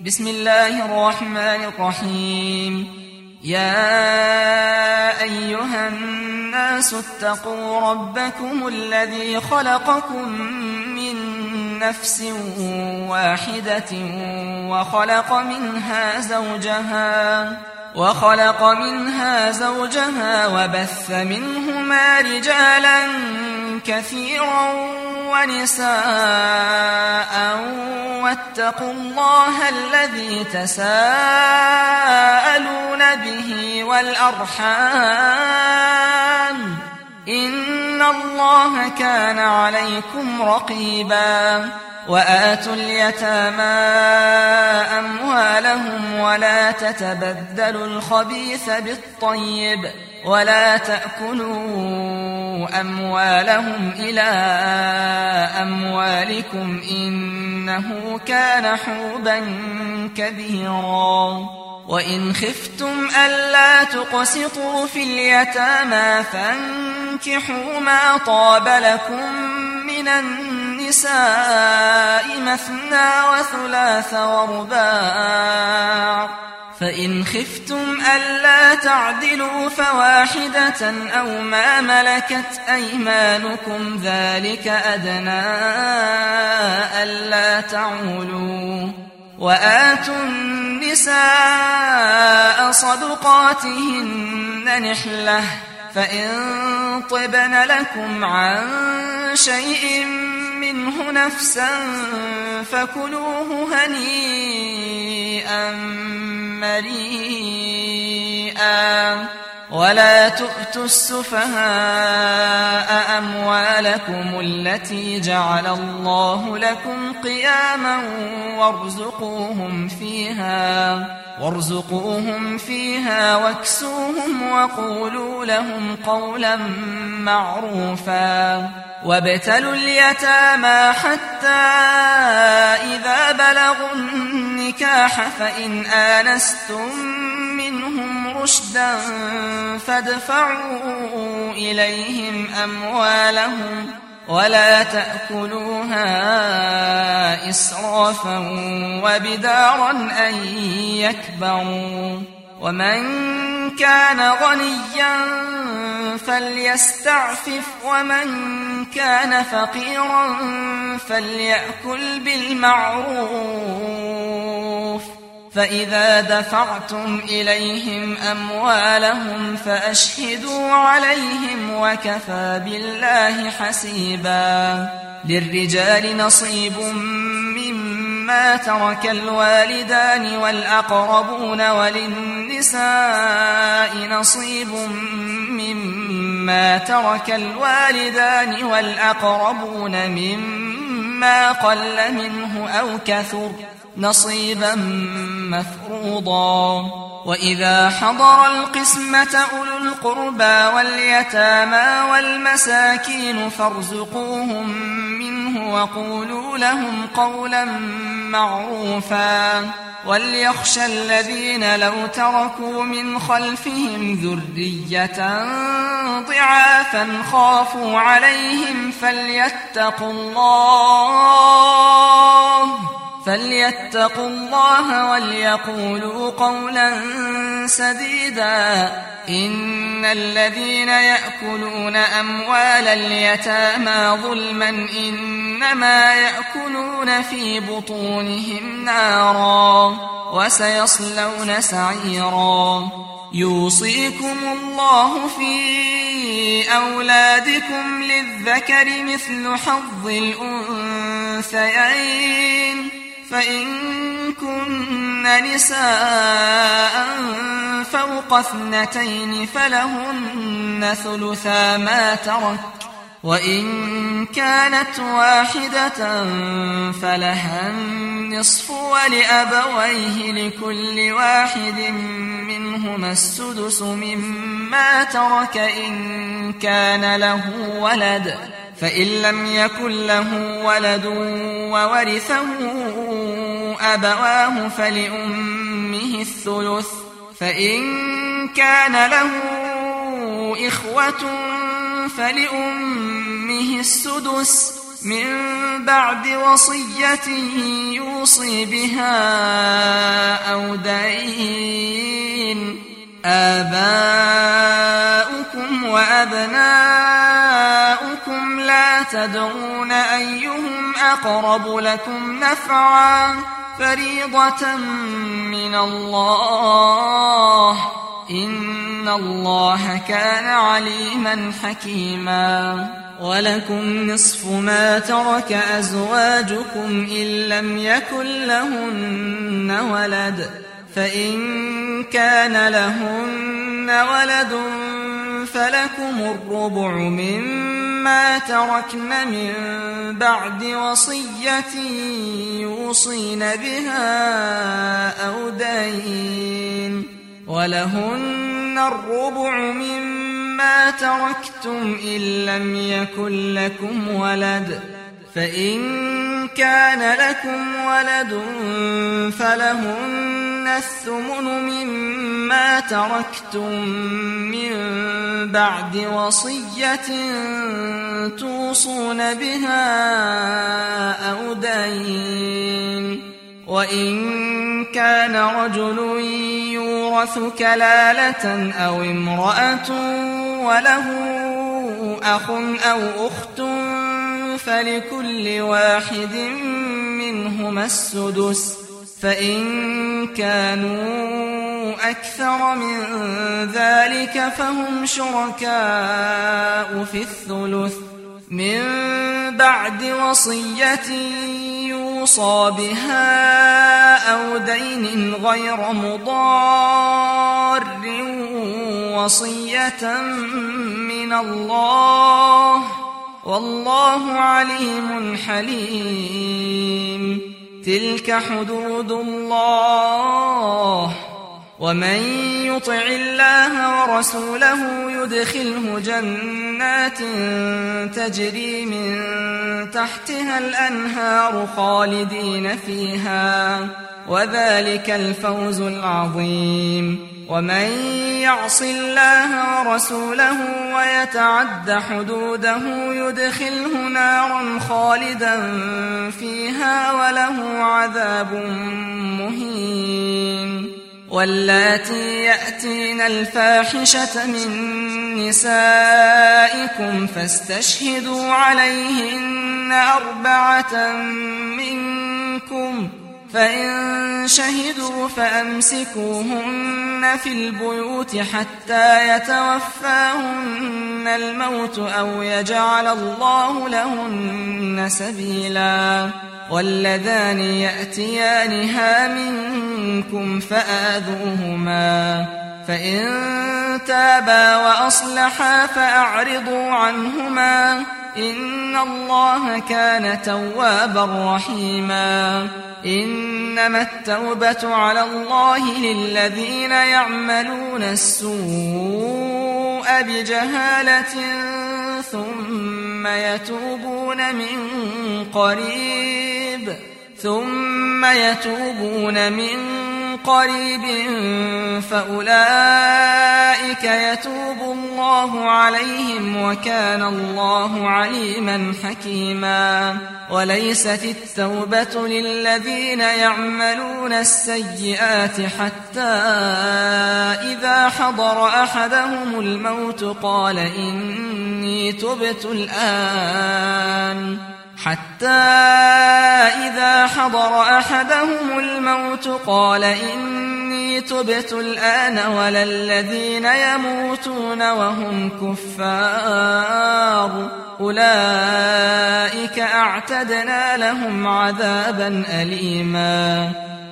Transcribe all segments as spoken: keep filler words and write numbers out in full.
بسم الله الرحمن الرحيم. يا أيها الناس اتقوا ربكم الذي خلقكم من نفس واحدة وخلق منها زوجها وخلق منها زوجها وبث منهما رجالا كثيرا ونساء واتقوا الله الذي تساءلون به والأرحام إن الله كان عليكم رقيبا. وآتوا اليتامى أموالهم ولا تتبدلوا الخبيث بالطيب ولا تأكلوا أموالهم إلى أموالكم إنه كان حوبا كبيرا. وإن خفتم ألا تقسطوا في اليتامى فانكحوا ما طاب لكم من النساء مثنى وثلاث ورباع، فإن خفتم ألا تعدلوا فواحدة أو ما ملكت أيمانكم ذلك أدنى ألا تعولوا. وآتوا النساء صدقاتهن نحلة فإن طبن لكم عن شيء منه نفسا فكلوه هنيئا مريئا. ولا تؤتوا السفهاء أموالكم التي جعل الله لكم قياما وارزقوهم فيها وارزقوهم فيها واكسوهم وقولوا لهم قولا معروفا. وابتلوا اليتامى حتى إذا بلغوا النكاح فإن آنستم منهم رشدا فادفعوا إليهم أموالهم ولا تأكلوها إسرافا وبدارا أن يكبروا. ومن كان غنيا فليستعفف ومن كان فقيرا فليأكل بالمعروف. فإذا دفعتم إليهم أموالهم فأشهدوا عليهم وكفى بالله حسيبا. للرجال نصيب مما ترك الوالدان والأقربون وللنساء نصيب مما ترك الوالدان والأقربون مما قل منه أو كثر نصيبا مفروضا. وإذا حضر القسمة أولو القربى واليتامى والمساكين فارزقوهم منه وقولوا لهم قولا معروفا. وليخشى الذين لو تركوا من خلفهم ذرية ضعافا خافوا عليهم فليتقوا الله فليتقوا الله وليقولوا قولا سديدا. إن الذين يأكلون أموال اليتامى ظلما إنما يأكلون في بطونهم نارا وسيصلون سعيرا. يوصيكم الله في أولادكم للذكر مثل حظ الأنثيين فإن كن نساء فوق اثنتين فلهن ثلثا ما ترك وإن كانت واحدة فلها النصف ولأبويه لكل واحد منهما السدس مما ترك إن كان له ولد فإن لم يكن له ولد وورثه أبواه فلأمه الثلث فإن كان له إخوة فلأمه السدس من بعد وصية يوصي بها أو دين. آباؤكم وأبناؤكم لا تدرون أيهم أقرب لكم نفعا فريضة من الله إن الله كان عليما حكيما. ولكم نصف ما ترك أزواجكم إن لم يكن لهن ولد فإن كان لهن ولد فلكم الربع مما تركن من بعد وصية يوصين بها أو دين. ولهن الربع مما تركتم إن لم يكن لكم ولد فإن كان لكم ولد فلهن الثمن مما تركتم من بعد وصية توصون بها أو دين. وإن كان رجل يورث كلالة أو امرأة وله أخ أو أخت فلكل واحد منهما السدس فإن كانوا أكثر من ذلك فهم شركاء في الثلث من بعد وصية يوصى بها أو دين غير مضار وصية من الله والله عليم حليم. تلك حدود الله ومن يطع الله ورسوله يدخله جنات تجري من تحتها الأنهار خالدين فيها وذلك الفوز العظيم. ومن يعص الله ورسوله ويتعد حدوده يدخله نارا خالدا فيها وله عذاب مهين. واللاتي يأتين الفاحشة من نسائكم فاستشهدوا عليهن أربعة منكم فإن شهدوا فأمسكوهن في البيوت حتى يتوفاهن الموت أو يجعل الله لهن سبيلا. واللذان يأتيانها منكم فآذوهما فإن تابا وأصلحا فأعرضوا عنهما إن الله كان توابا رحيما. إنما التوبة على الله للذين يعملون السوء بجهالة ثم يتوبون من قريب ثم يتوبون من قريب فأولئك يتوب الله عليهم وكان الله عليما حكيما. وليست التوبة للذين يعملون السيئات حتى إذا حضر أحدهم الموت قال إني تبت الآن حتى إذا حضر أحدهم الموت قال إني تبت الآن ولا الذين يموتون وهم كفار أولئك أعتدنا لهم عذابا أليما.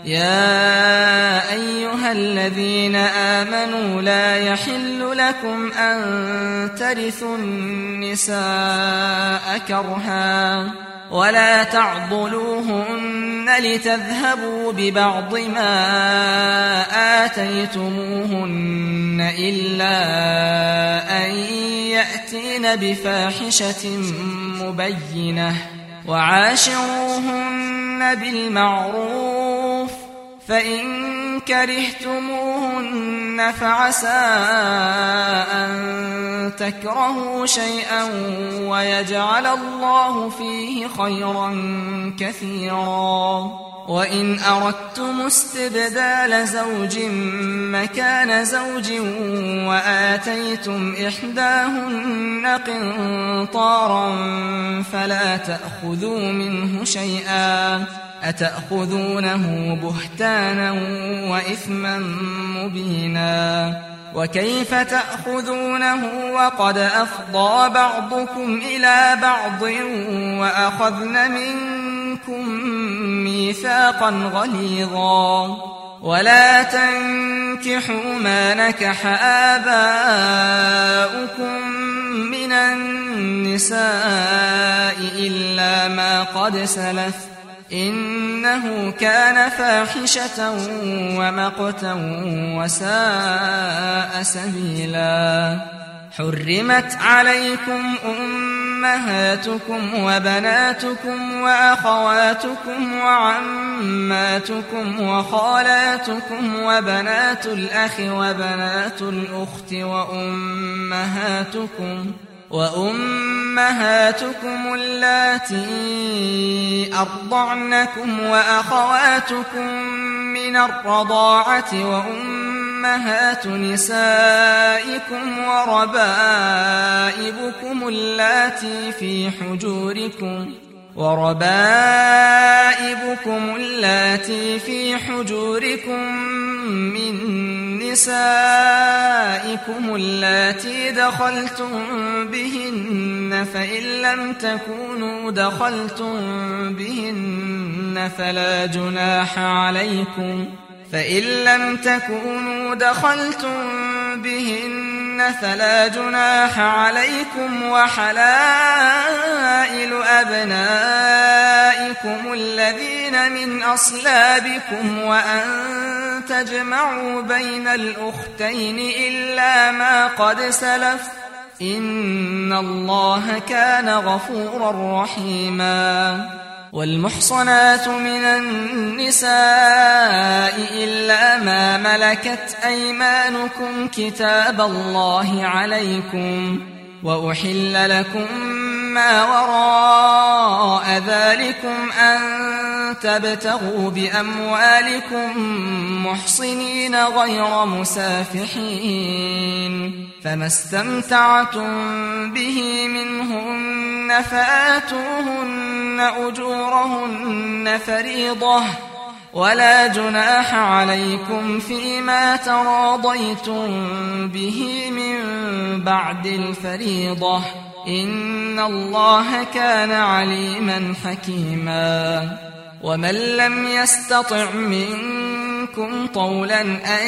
يا أيها الذين آمنوا لا يحل لكم أن ترثوا النساء كرها ولا تعضلوهن لتذهبوا ببعض ما آتيتموهن إلا أن يأتين بفاحشة مبينة وعاشروهن بالمعروف فإن كرهتموهن فعسى أن تكرهوا شيئا ويجعل الله فيه خيرا كثيرا. وإن أردتم استبدال زوج مكان زوج وآتيتم إحداهن قنطارا فلا تأخذوا منه شيئا أتأخذونه بهتانا وإثما مبينا. وكيف تأخذونه وقد أفضى بعضكم إلى بعض وأخذن منكم ميثاقا غليظا. ولا تنكحوا ما نكح آباؤكم من النساء إلا ما قد سلف إنه كان فاحشة ومقتا وساء سبيلا. حرمت عليكم أمهاتكم وبناتكم وأخواتكم وعماتكم وخالاتكم وبنات الأخ وبنات الأخت وأمهاتكم وأمهاتكم اللاتي أرضعنكم وأخواتكم من الرضاعة وأمهات نسائكم وربائبكم اللاتي في حجوركم وربائبكم اللاتي في حجوركم من نسائكم اللاتي دخلتم بهن فإن لم تكونوا دخلتم بهن فلا جناح عليكم فإن لم تكونوا دخلتم بهن فلا جناح عليكم. وحلائل أبنائكم الذين من أصلابكم وأن تجمعوا بين الأختين إلا ما قد سلف إن الله كان غفورا رحيما. والمحصنات من النساء إلا ما ملكت أيمانكم كتاب الله عليكم وأحل لكم ما وراء ذلكم أن تبتغوا بأموالكم محصنين غير مسافحين فما استمتعتم به منهن فآتوهن أجورهن فريضة ولا جناح عليكم فيما تراضيتم به من بعد الفريضة إن الله كان عليما حكيما. ومن لم يستطع منكم طولا أن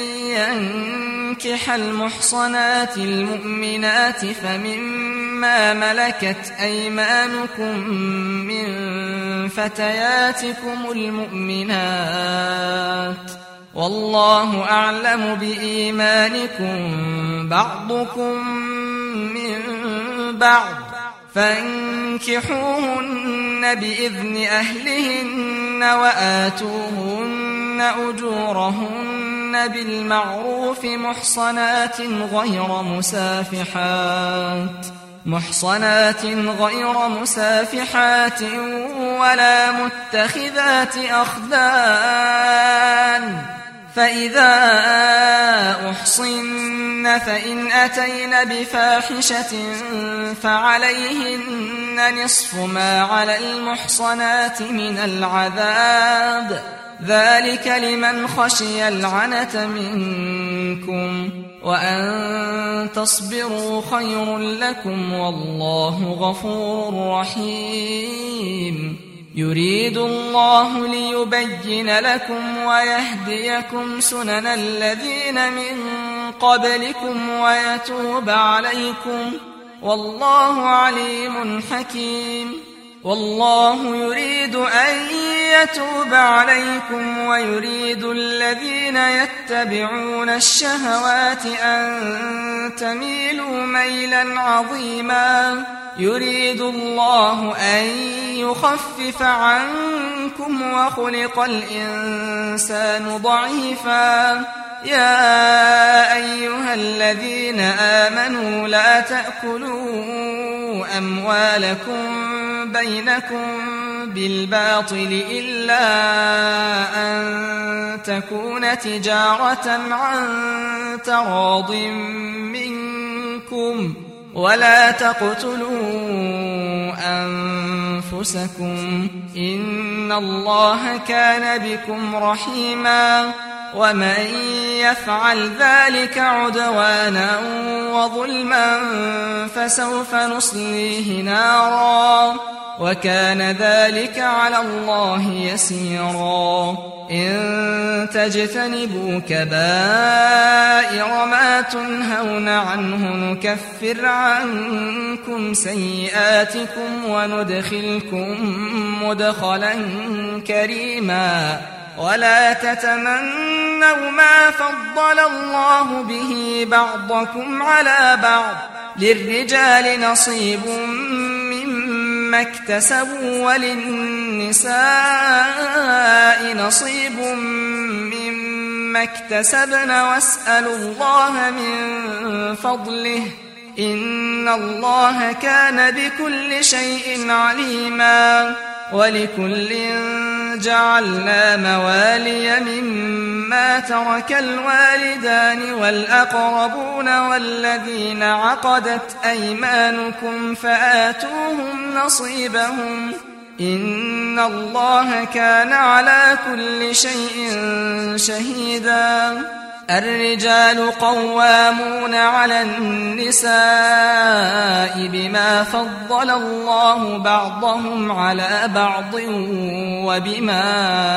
ينكح المحصنات المؤمنات فمما ملكت أيمانكم من فتياتكم المؤمنات والله أعلم بإيمانكم بعضكم من بعض فانكحوهن بإذن أهلهن وآتوهن أجورهن بالمعروف محصنات غير مسافحات محصنات غير مسافحات ولا متخذات أخدان فإذا أحصن فإن أتين بفاحشة فعليهن نصف ما على المحصنات من العذاب ذلك لمن خشي العنة منكم وأن تصبروا خير لكم والله غفور رحيم. يريد الله ليبين لكم ويهديكم سنن الذين من قبلكم ويتوب عليكم والله عليم حكيم. والله يريد أن يتوب عليكم ويريد الذين يتبعون الشهوات أن تميلوا ميلا عظيما. يريد الله أن يخفف عنكم منكم وخلق الإنسان ضعيفا يا أيها الذين آمنوا لا تأكلوا أموالكم بينكم بالباطل إلا أن تكون تجارة عن تراض منكم ولا تقتلوا أنفسكم إن الله كان بكم رحيما ومن يفعل ذلك عدوانا وظلما فسوف نصليه نارا وكان ذلك على الله يسيرا إن تجتنبوا كبائر ما تنهون عنه نكفر عنكم سيئاتكم وندخلكم مدخلا كريما ولا تتمنوا ما فضل الله به بعضكم على بعض للرجال نصيب مما اكتسبوا وللنساء نصيب مما اكتسبن واسألوا الله من فضله إن الله كان بكل شيء عليما ولكل جعلنا موالي مما ترك الوالدان والأقربون والذين عقدت أيمانكم فآتوهم نصيبهم إن الله كان على كل شيء شهيدا الرجال قوامون على النساء بما فضل الله بعضهم على بعض وبما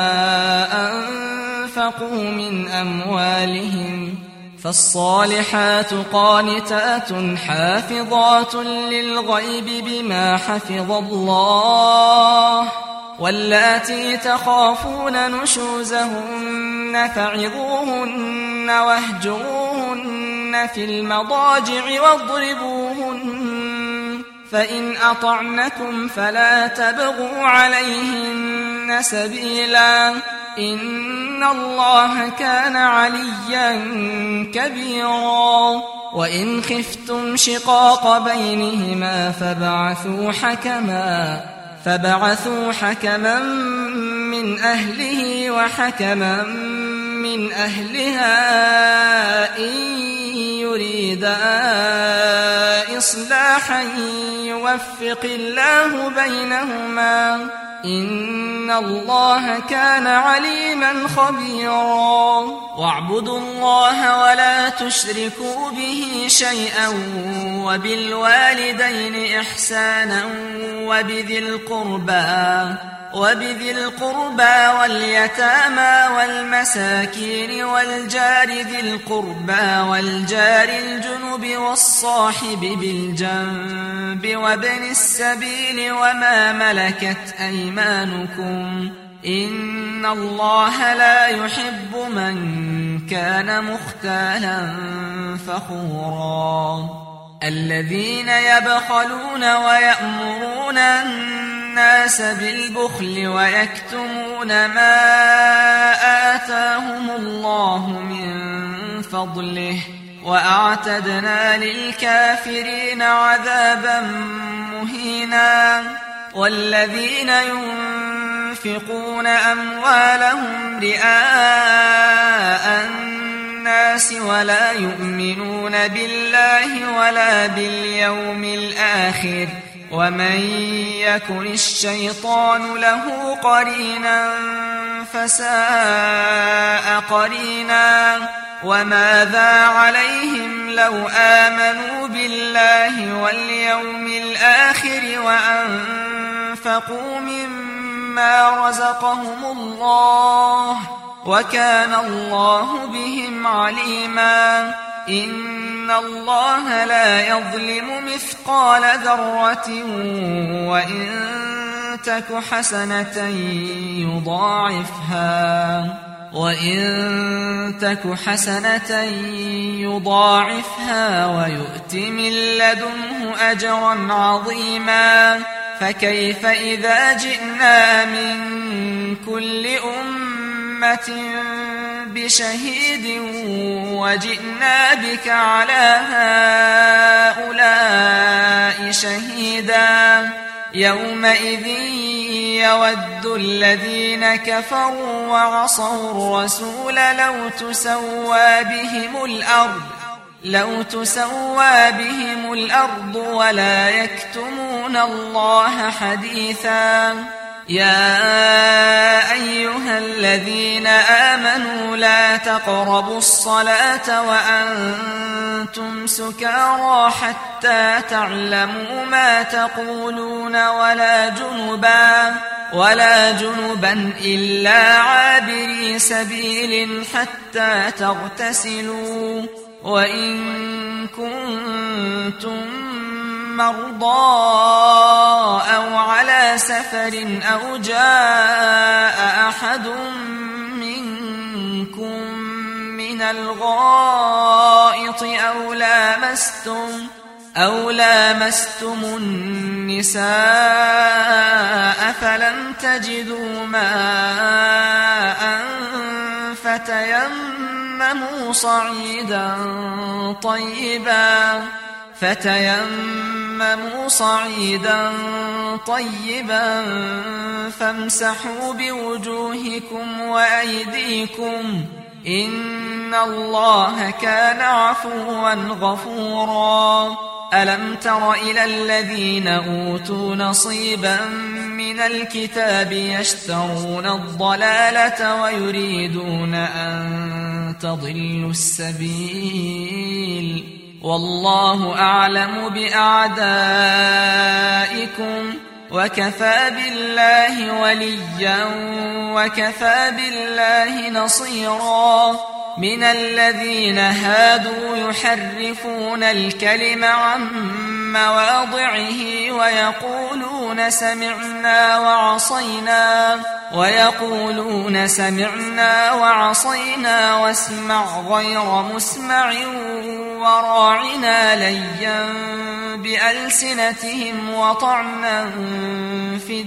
أنفقوا من أموالهم فالصالحات قانتات حافظات للغيب بما حفظ الله واللاتي تخافون نشوزهن فعظوهن واهجروهن في المضاجع واضربوهن فإن أطعنكم فلا تبغوا عليهن سبيلا إن الله كان عليا كبيرا وإن خفتم شقاق بينهما فابعثوا حكما فبعثوا حكما من أهله وحكما من أهلها إن يريدا إصلاحا يوفق الله بينهما إن الله كان عليما خبيرا واعبدوا الله ولا تشركوا به شيئا وبالوالدين إحسانا وبذي القربى وبذي القربى واليتامى والمساكين والجار ذي القربى والجار الجنب والصاحب بالجنب وابن السبيل وما ملكت أيمانكم إن الله لا يحب من كان مختالا فخورا الذين يبخلون ويأمرون الناس بالبخل ويكتمون ما آتاهم الله من فضله وأعتدنا للكافرين عذابا مهينا والذين ينفقون أموالهم رئاء الناس ولا يؤمنون بالله ولا باليوم الآخر ومن يكن الشيطان له قرينا فساء قرينا وماذا عليهم لو آمنوا بالله واليوم الآخر وأنفقوا مما رزقهم الله وكان الله بهم عليما إن الله لا يظلم مثقال ذرة وإن تك حسنة يضاعفها وإن تك حسنة يضاعفها ويؤت من لدنه أجرا عظيما فكيف إذا جئنا من كل أمة بشهيد وجئنا بك على هؤلاء شهيدا يومئذ يود الذين كفروا وعصوا الرسول لو تسوى بهم الأرض لو تسوى بهم الأرض ولا يكتمون الله حديثا يا أيها الذين آمنوا لا تقربوا الصلاة وأنتم سكارى حتى تعلموا ما تقولون ولا جنبا ولا جنبا إلا عابري سبيل حتى تغتسلوا وإن كنتم مرضى أو على سفر أو جاء أحد منكم من الغائط أو لامستم أو لامستم النساء فلم تجدوا ماء فتيمموا صعيدا طيبا فتيمموا صعيدا طيبا فامسحوا بوجوهكم وأيديكم إن الله كان عفوا غفورا ألم تر إلى الذين أوتوا نصيبا من الكتاب يشترون الضلالة ويريدون أن تضلوا السبيل والله أعلم بأعدائكم وكفى بالله وليا وكفى بالله نصيرا من الذين هادوا يحرفون الكلم عن مواضعه ويقولون سمعنا وعصينا ويقولون سمعنا وعصينا واسمع غير مسمع وراعنا ليا بألسنتهم وطعنا في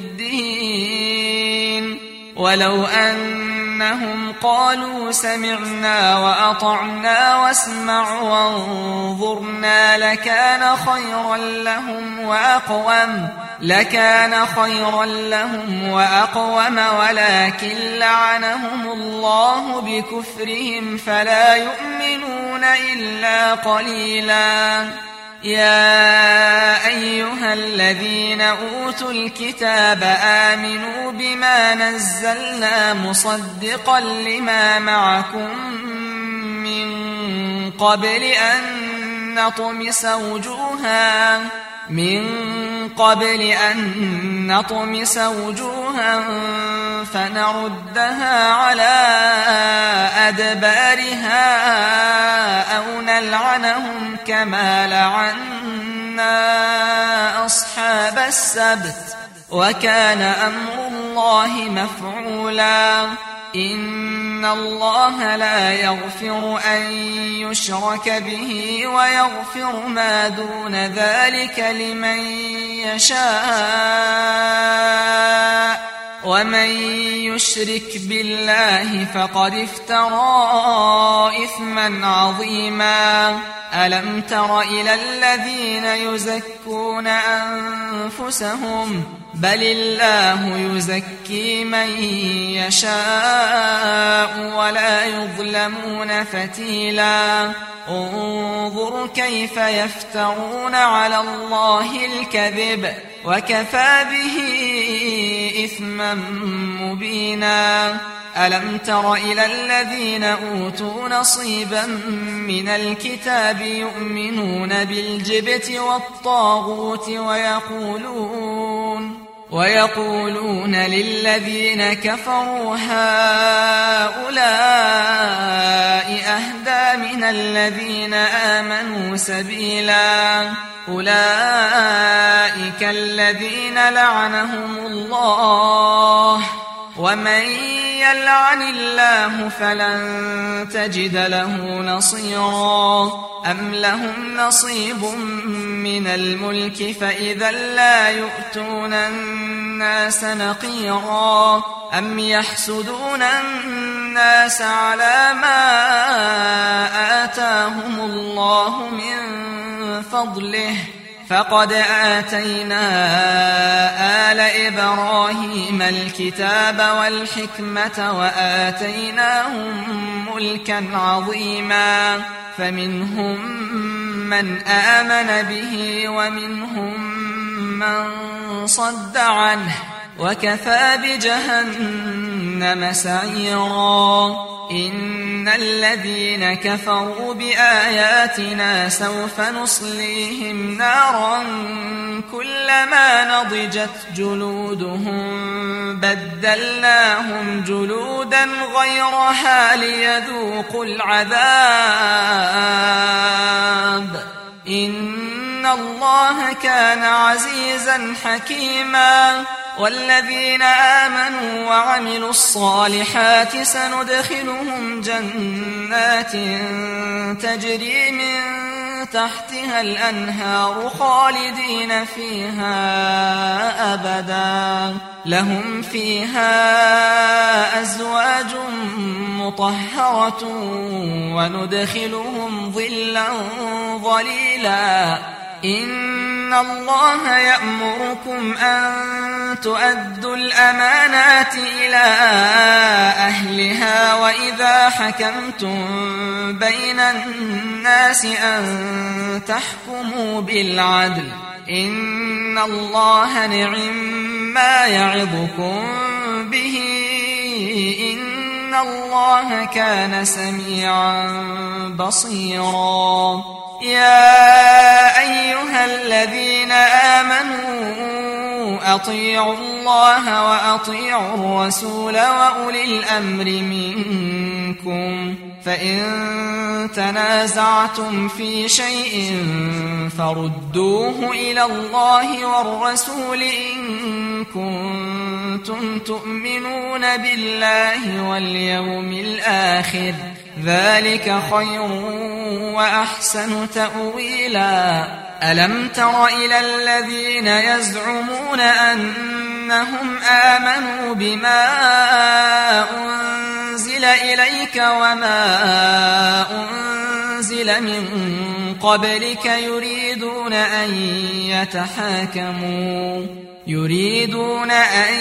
الدين ولو أنهم قالوا سمعنا وأطعنا واسمع وانظرنا لكان خيرا لهم وأقوم لكان خيرا لهم وأقوم ولكن لعنهم الله بكفرهم فلا يؤمنون إلا قليلا يا أيها الذين أوتوا الكتاب آمنوا بما نزلنا مصدقا لما معكم من قبل أن نطمس وجوها من قبل أن نطمس وجوها فنردها على أدبارها أو نلعنهم كما لعنا أصحاب السبت وكان أمر الله مفعولا إن الله لا يغفر أن يشرك به ويغفر ما دون ذلك لمن يشاء ومن يشرك بالله فقد افترى إثما عظيما ألم تر إلى الذين يزكون أنفسهم بل الله يزكي من يشاء ولا يظلمون فتيلا انظر كيف يفترون على الله الكذب وكفى به إثما مبينا ألم تر إلى الذين أوتوا نصيبا من الكتاب يؤمنون بالجبت والطاغوت ويقولون ويقولون للذين كفروا هؤلاء أهدى من الذين آمنوا سبيلا أولئك الذين لعنهم الله ومن يلعن الله فلن تجد له نصيرا أم لهم نصيب من الملك فإذا لا يؤتون الناس نقيرا أم يحسدون الناس على ما آتاهم الله من فضله فقد آتينا آل إبراهيم الكتاب والحكمة وآتيناهم ملكا عظيما فمنهم من آمن به ومنهم من صد عنه وكفى بجهنم سعيرا إن الذين كفروا بآياتنا سوف نصليهم نارا كلما نضجت جلودهم بدلناهم جلودا غيرها ليذوقوا العذاب إن الله كان عزيزا حكيما والذين آمنوا وعملوا الصالحات سندخلهم جنات تجري من تحتها الأنهار خالدين فيها أبدا لهم فيها أزواج مطهرة وندخلهم ظلا ظليلا إن الله يأمركم أن تؤدوا الأمانات إلى أهلها وإذا حكمتم بين الناس أن تحكموا بالعدل إن الله نعم ما يعظكم به إن الله كان سميعا بصيرا يا أيها الذين آمنوا أطيعوا الله وأطيعوا الرسول وأولي الأمر منكم فإن تنازعتم في شيء فردوه إلى الله والرسول إن كنتم تؤمنون بالله واليوم الآخر ذلك خير وأحسن تأويلا ألم تر إلى الذين يزعمون أنهم آمنوا بما أنزل إليك وما أنزل من قبلك يريدون أن يتحاكموا يريدون أن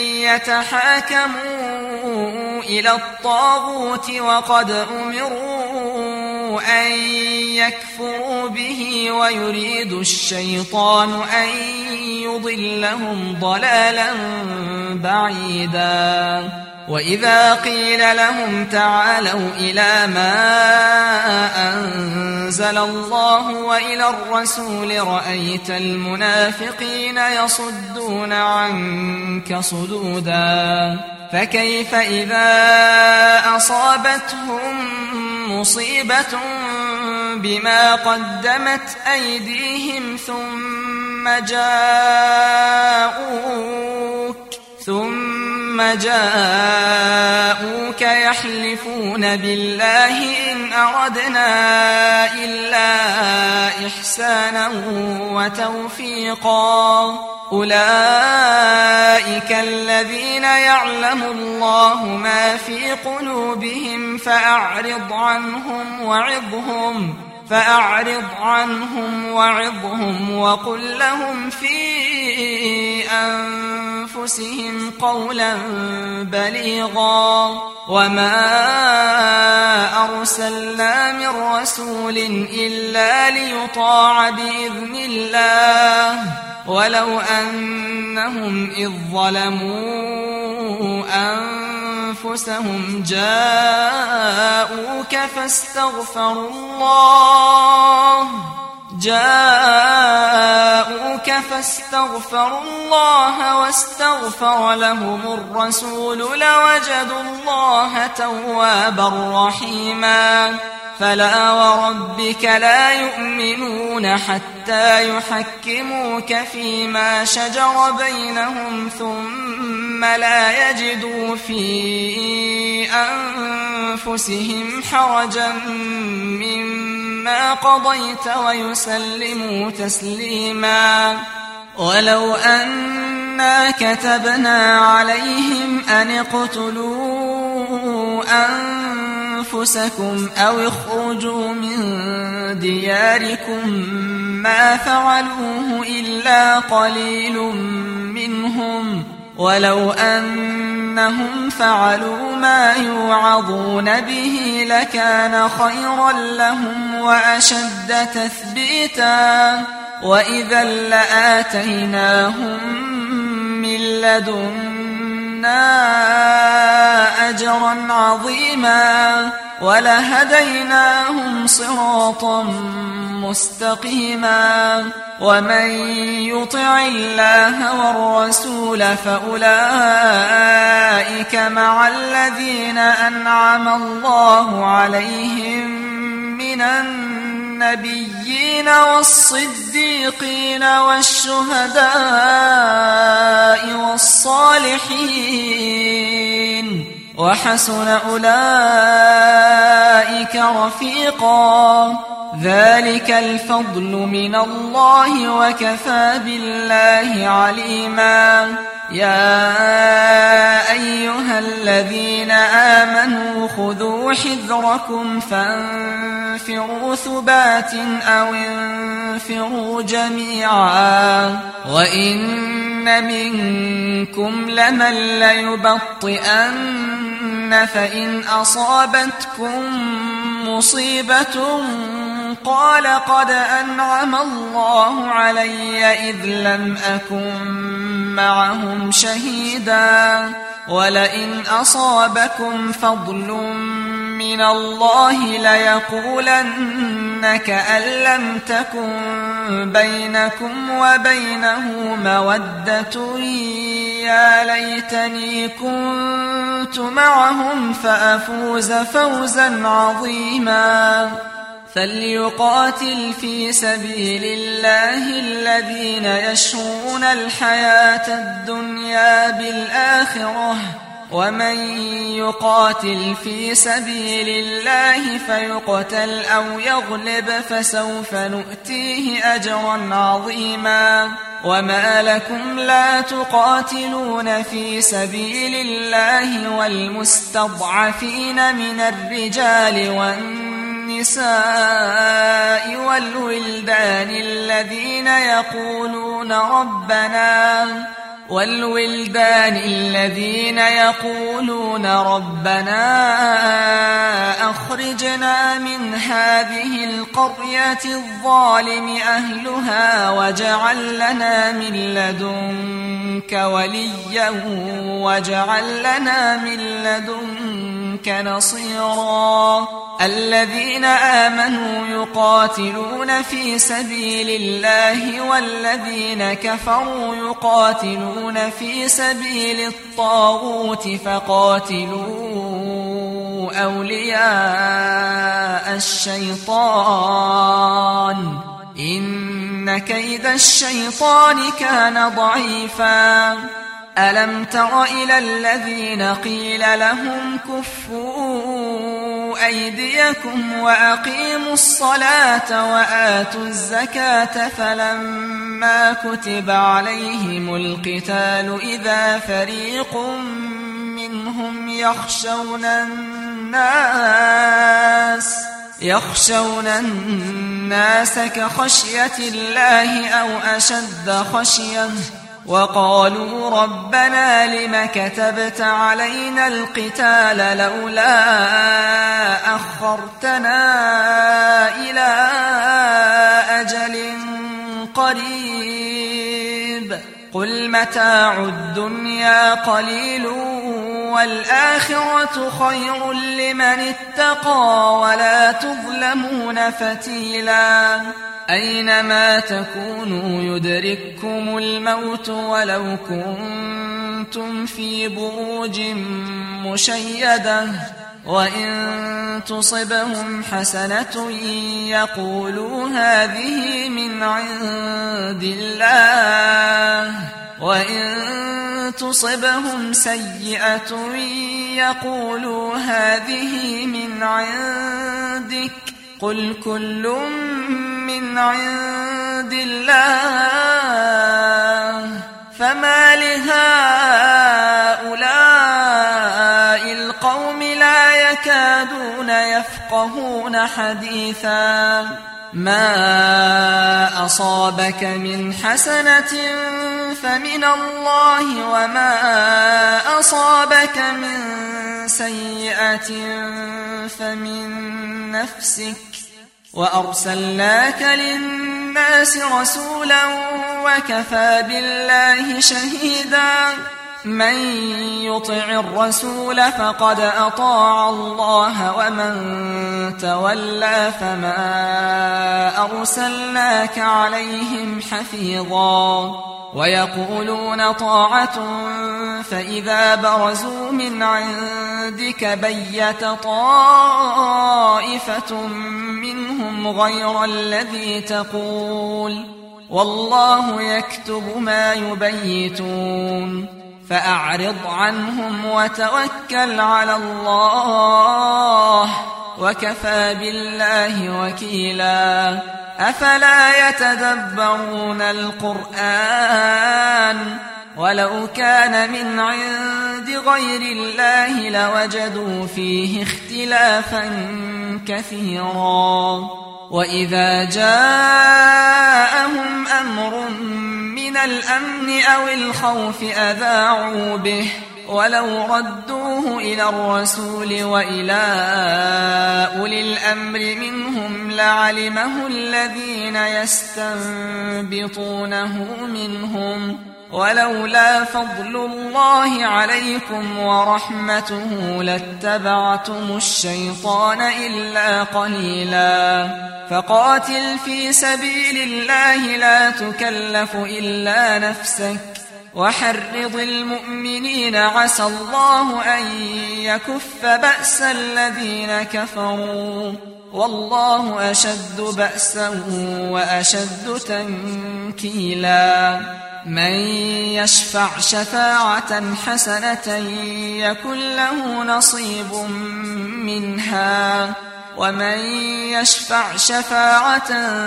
يتحاكموا إلى الطاغوت وقد أمروا أن يكفروا به ويريد الشيطان أن يضلهم ضلالا بعيدا وإذا قيل لهم تعالوا إلى ما أنزل الله وإلى الرسول رأيت المنافقين يصدون عنك صدودا فكيف إذا أصابتهم مصيبة بما قدمت أيديهم ثم جاءوك ثم جاءوك يحلفون بالله إن أردنا إلا إحسانا وتوفيقا أولئك الذين يعلم الله ما في قلوبهم فأعرض عنهم وعظهم فأعرض عنهم وعظهم وقل لهم في أنفسهم قولا بليغا وما أرسلنا من رسول إلا ليطاع بإذن الله ولو أنهم إذ ظلموا أنفسهم جاءوك فاستغفروا الله جاءوك فاستغفروا الله واستغفر لهم الرسول لوجدوا الله توابا رحيما فلا وربك لا يؤمنون حتى يحكموك فيما شجر بينهم ثم لا يجدوا في أنفسهم حرجا مما قضيت ويسلموا تسليما. ولو أنا كتبنا عليهم أن اقتلوا أنفسكم أو اخرجوا من دياركم ما فعلوه إلا قليل منهم، ولو أنهم فعلوا ما يوعظون به لكان خيرا لهم وأشد تثبيتا، وإذا لآتيناهم من لدنا أجرا عظيما ولهديناهم صراطا مستقيما. ومن يطع الله والرسول فأولئك مع الذين أنعم الله عليهم من النبيين والصديقين والشهداء والصالحين وحسن أولئك رفيقا. ذلك الفضل من الله وكفى بالله عليما. يا أيها الذين آمنوا خذوا حذركم فانفروا ثبات أو انفروا جميعا. وإن منكم لمن ليبطئن فإن أصابتكم مصيبة قال قد أنعم الله علي إذ لم أكن معهم شهيدا. ولئن أصابكم فضل من الله ليقولن كأن لم تكن بينكم وبينه مودة يا ليتني كنت معهم فأفوز فوزا عظيما. فليقاتل في سبيل الله الذين يشرون الحياة الدنيا بالآخرة، ومن يقاتل في سبيل الله فيقتل أو يغلب فسوف نؤتيه أجرا عظيما. وما لكم لا تقاتلون في سبيل الله والمستضعفين من الرجال والنساء والولدان الذين يقولون ربنا والولدان الذين يقولون ربنا أخرجنا من هذه القرية الظالم أهلها واجعل لنا من لدنك وليا واجعل لنا من لدنك نصيرا. الذين آمنوا يقاتلون في سبيل الله والذين كفروا يقاتلون في سبيل الطاغوت فقاتلوا أولياء الشيطان إن كيد الشيطان كان ضعيفا. ألم تر إلى الذين قيل لهم كفوا أيديكم وأقيموا الصلاة وآتوا الزكاة فلما كتب عليهم القتال إذا فريق منهم يخشون الناس يخشون الناس كخشية الله أو أشد خشية وقالوا ربنا لم كتبت علينا القتال لولا أخرتنا إلى أجل قريب قل متاع الدنيا قليل والآخرة خير لمن اتقى ولا تظلمون فتيلا. أينما تكونوا يدرككم الموت ولو كنتم في بروج مشيدة وإن تصبهم حسنة يقولوا هذه من عند الله وإن تصبهم سيئة يقولوا هذه من عندك قل كل من عند الله فما لهؤلاء القوم لا يكادون يفقهون حديثا ما أصابك من حسنة فمن الله وما أصابك من سيئة فمن نفسك وأرسلناك للناس رسولا وكفى بالله شهيدا من يطع الرسول فقد أطاع الله ومن تولى فما أرسلناك عليهم حفيظا ويقولون طاعة فإذا برزوا من عندك بيت طائفة منهم غير الذي تقول والله يكتب ما يبيتون فأعرض عنهم وتوكل على الله وكفى بالله وكيلا أفلا يتدبرون القرآن ولو كان من عند غير الله لوجدوا فيه اختلافا كثيرا وإذا جاءهم أمر من الأمن أو الخوف أذاعوا به ولو ردوه إلى الرسول وإلى أولي الأمر منهم لعلمه الذين يستنبطونه منهم ولولا فضل الله عليكم ورحمته لاتبعتم الشيطان إلا قليلا فقاتل في سبيل الله لا تكلف إلا نفسك وحرض المؤمنين عسى الله أن يكف بأس الذين كفروا والله أشد بأسا وأشد تنكيلا من يشفع شفاعة حسنة يكن له نصيب منها ومن يشفع شفاعة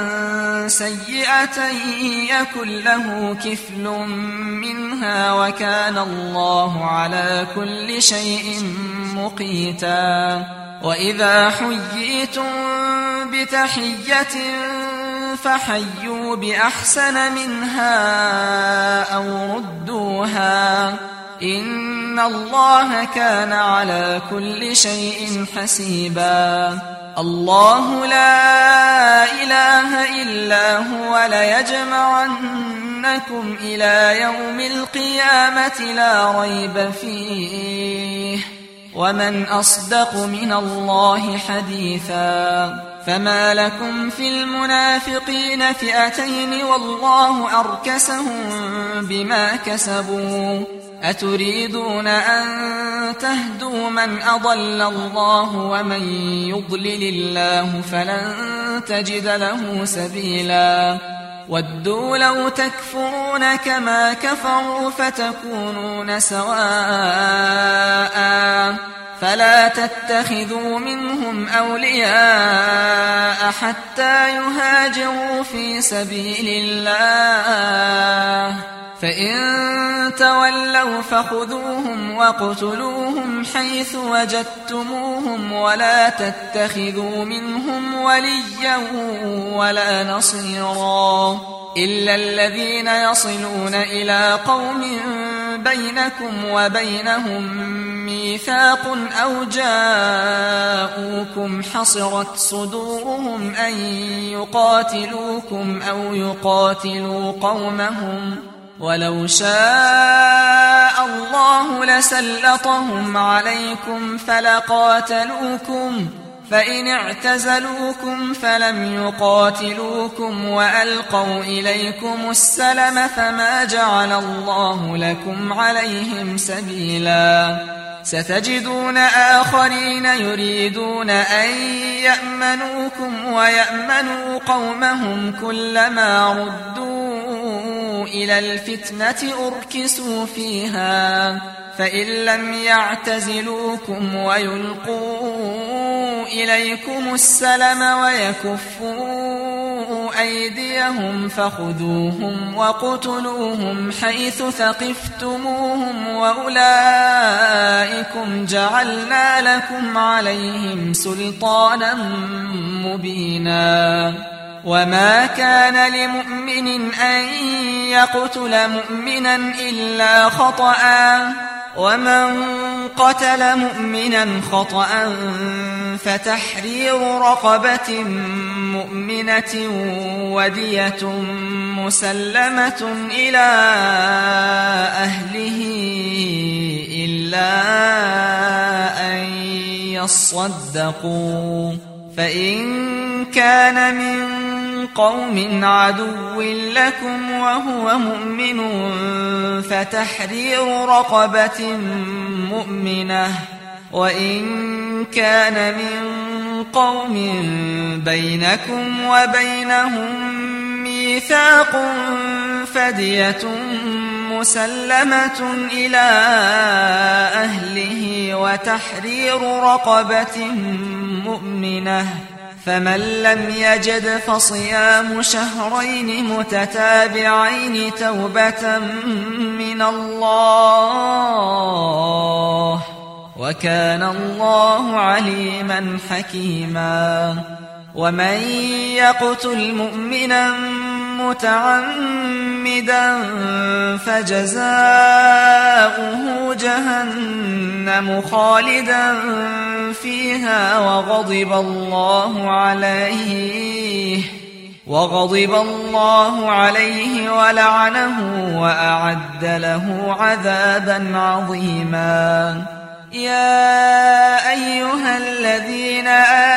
سيئة يكن له كفل منها وكان الله على كل شيء مقيتا وإذا حييتم بتحية فحيوا بأحسن منها أو ردوها إن الله كان على كل شيء حسيبا الله لا إله إلا هو ليجمعنكم إلى يوم القيامة لا ريب فيه ومن أصدق من الله حديثا فما لكم في المنافقين فئتين والله أركسهم بما كسبوا أتريدون أن تهدوا من أضل الله ومن يضلل الله فلن تجد له سبيلا ودوا لو تكفرون كما كفروا فتكونون سواء فلا تتخذوا منهم أولياء حتى يهاجروا في سبيل الله فإن تولوا فخذوهم واقتلوهم حيث وجدتموهم ولا تتخذوا منهم وليا ولا نصيرا إلا الذين يصلون إلى قوم بينكم وبينهم ميثاق أو جاءوكم حصرت صدورهم أن يقاتلوكم أو يقاتلوا قومهم ولو شاء الله لسلطهم عليكم فلقاتلوكم فإن اعتزلوكم فلم يقاتلوكم وألقوا إليكم السلم فما جعل الله لكم عليهم سبيلا ستجدون آخرين يريدون أن يأمنوكم ويأمنوا قومهم كلما ردوا إلى الفتنة أركسوا فيها فإن لم يعتزلوكم ويلقوا إليكم السلم ويكفوا أيديهم فخذوهم وقتلوهم حيث ثقفتموهم وأولئكم جعلنا لكم عليهم سلطانا مبينا وما كان لمؤمن أن يقتل مؤمنا إلا خطأ ومن قتل مؤمنا خطأ فتحرير رقبة مؤمنة ودية مسلمة إلى أهله إلا أن يصدقوا فإن كان من قوم عدو لكم وهو مؤمن فتحرير رقبة مؤمنة وإن كان من قوم بينكم وبينهم ميثاق فدية مسلمة إلى أهله وتحرير رقبة مؤمنة فمن لم يجد فصيام شهرين متتابعين توبة من الله وكان الله عليما حكيما ومن يقتل مؤمنا متعمدا فجزاؤه جهنم خالدا فيها وغضب الله عليه وغضب الله عليه ولعنه وأعد له عذابا عظيما يا أيها الذين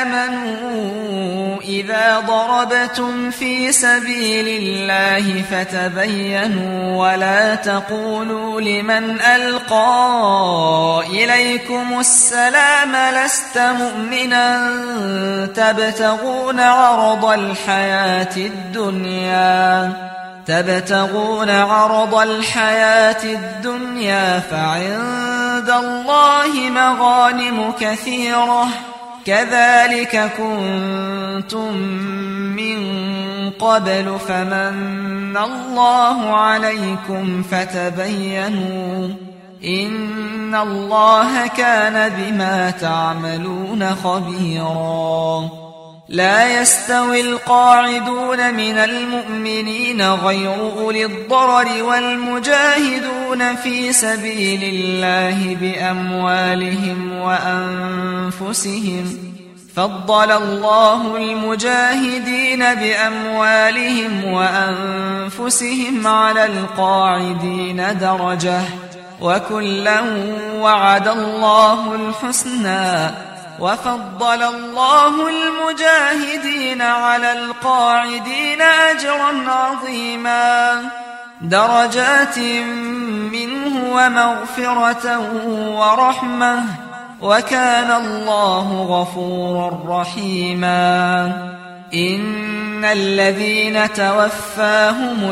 آمنوا إذا ضربتم في سبيل الله فتبينوا ولا تقولوا لمن ألقى إليكم السلام لست مؤمنا تبتغون عرض الحياة الدنيا تبتغون عرض الحياة الدنيا فعند الله مغانم كثيرة كذلك كنتم من قبل فمن الله عليكم فتبينوا إن الله كان بما تعملون خبيرا لا يستوي القاعدون من المؤمنين غير أولي الضرر والمجاهدون في سبيل الله بأموالهم وأنفسهم فضل الله المجاهدين بأموالهم وأنفسهم على القاعدين درجة وكلا وعد الله الحسنى وفضل الله المجاهدين على القاعدين أجرا عظيما درجات منه ومغفرة ورحمة وكان الله غفورا رحيما إن الذين توفاهم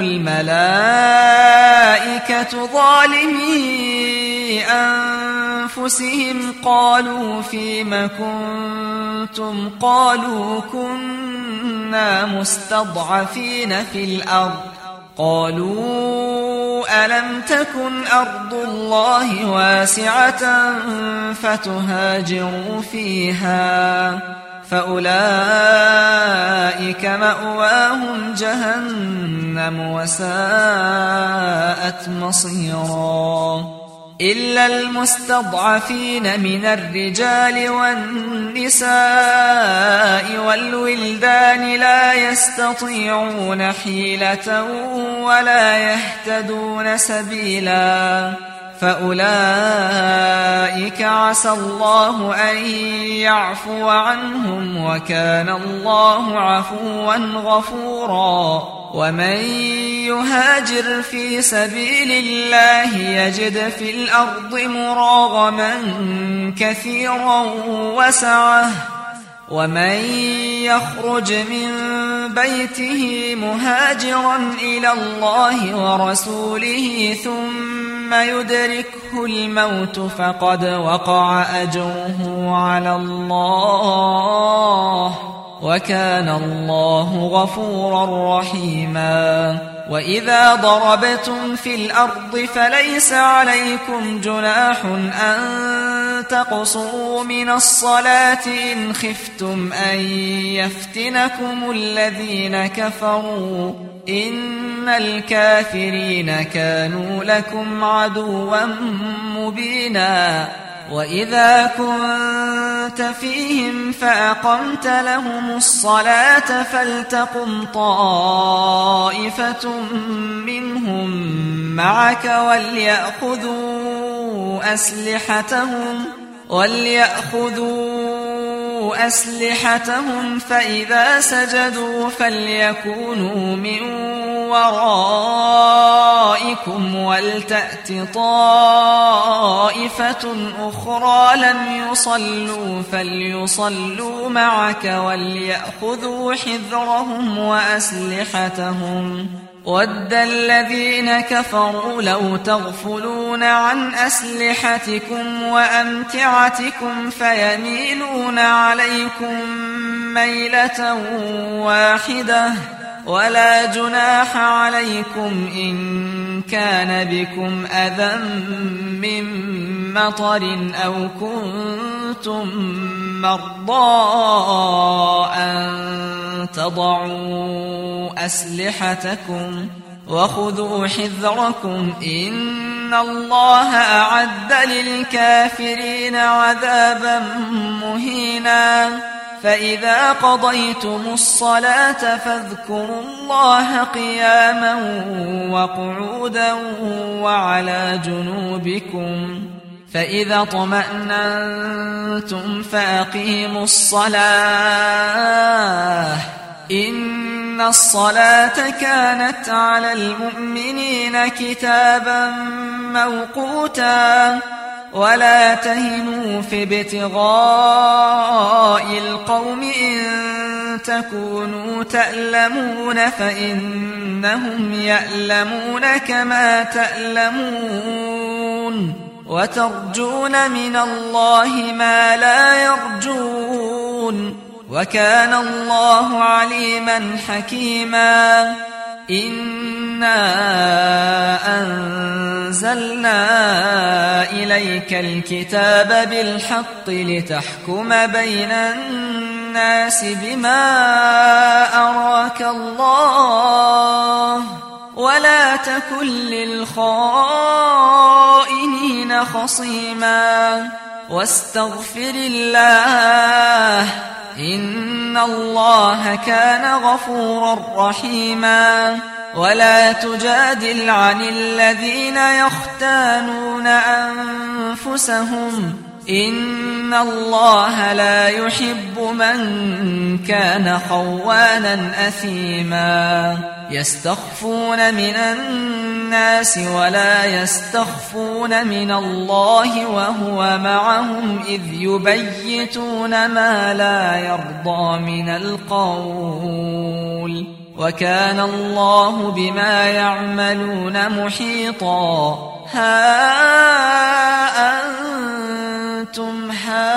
الملائكة ظالمي أنفسهم قالوا فيم كنتم قالوا كنا مستضعفين في الأرض قالوا ألم تكن أرض الله واسعة فتهاجروا فيها فأولئك مأواهم جهنم وساءت مصيرا إلا المستضعفين من الرجال والنساء والولدان لا يستطيعون حيلة ولا يهتدون سبيلا فأولئك عسى الله أن يعفو عنهم وكان الله عفوا غفورا ومن يهاجر في سبيل الله يجد في الأرض مراغما كثيرا وسعة ومن يخرج من بيته مهاجرا إلى الله ورسوله ثم يدركه الموت فقد وقع أجره على الله وكان الله غفورا رحيما وإذا ضربتم في الأرض فليس عليكم جناح أن تقصروا من الصلاة إن خفتم أن يفتنكم الذين كفروا إن الكافرين كانوا لكم عدوا مبينا وإذا كنت فيهم فأقمت لهم الصلاة فلتقم طائفة منهم معك وليأخذوا أسلحتهم وليأخذوا أسلحتهم فإذا سجدوا فليكونوا من ورائكم ولتأت طائفة أخرى لم يصلوا فليصلوا معك وليأخذوا حذرهم وأسلحتهم ود الذين كفروا لو تغفلون عن أسلحتكم وأمتعتكم فيميلون عليكم ميلة واحدة ولا جناح عليكم إن كان بكم أذى من مطر أو كنتم مرضى أن تضعوا أسلحتكم وخذوا حذركم إن الله أعد للكافرين عذابا مهينا فإذا قضيتم الصلاة فاذكروا الله قياما وقعودا وعلى جنوبكم فإذا طمأننتم فأقيموا الصلاة إن الصلاة كانت على المؤمنين كتابا موقوتا ولا تهنوا في ابتغاء القوم إن تكونوا تألمون فإنهم يألمون كما تألمون وترجون من الله ما لا يرجون وكان الله عليما حكيما إنا أنزلنا إليك الكتاب بالحق لتحكم بين الناس بما أراك الله ولا تكن للخائنين خصيما واستغفر الله إن الله كان غفورا رحيما ولا تجادل عن الذين يختانون أنفسهم إن الله لا يحب من كان خوانا أثيما يستخفون من الناس ولا يستخفون من الله وهو معهم إذ يبيتون ما لا يرضى من القول وكان الله بما يعملون محيطا ها أنتم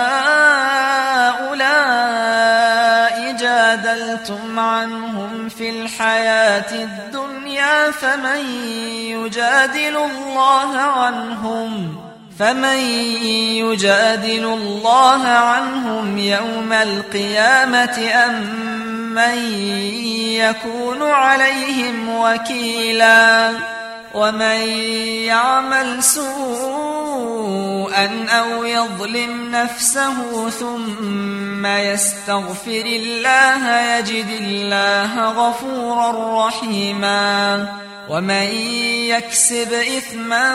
هؤلاء جادلتم عنهم في الحياة الدنيا فمن يجادل الله عنهم فمن يجادل الله عنهم يوم القيامة أم من يكون عليهم وكيلا ومن يعمل سوءا أو يظلم نفسه ثم يستغفر الله يجد الله غفورا رحيما ومن يكسب إثما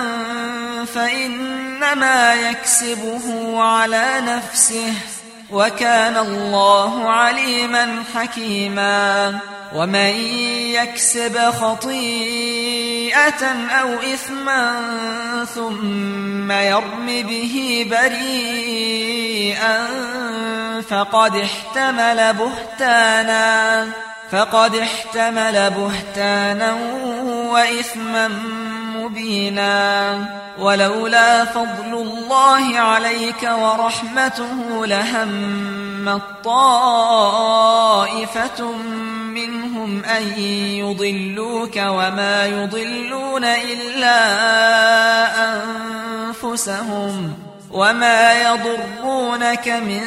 فإنما يكسبه على نفسه وكان الله عليما حكيما ومن يكسب خطيئة أو إثما ثم يرم به بريئا فقد احتمل بهتانا فقد احتمل بهتانا وإثما مبينا ولولا فضل الله عليك ورحمته لهمت طائفة منهم أن يضلوك وما يضلون إلا أنفسهم وما يضرونك من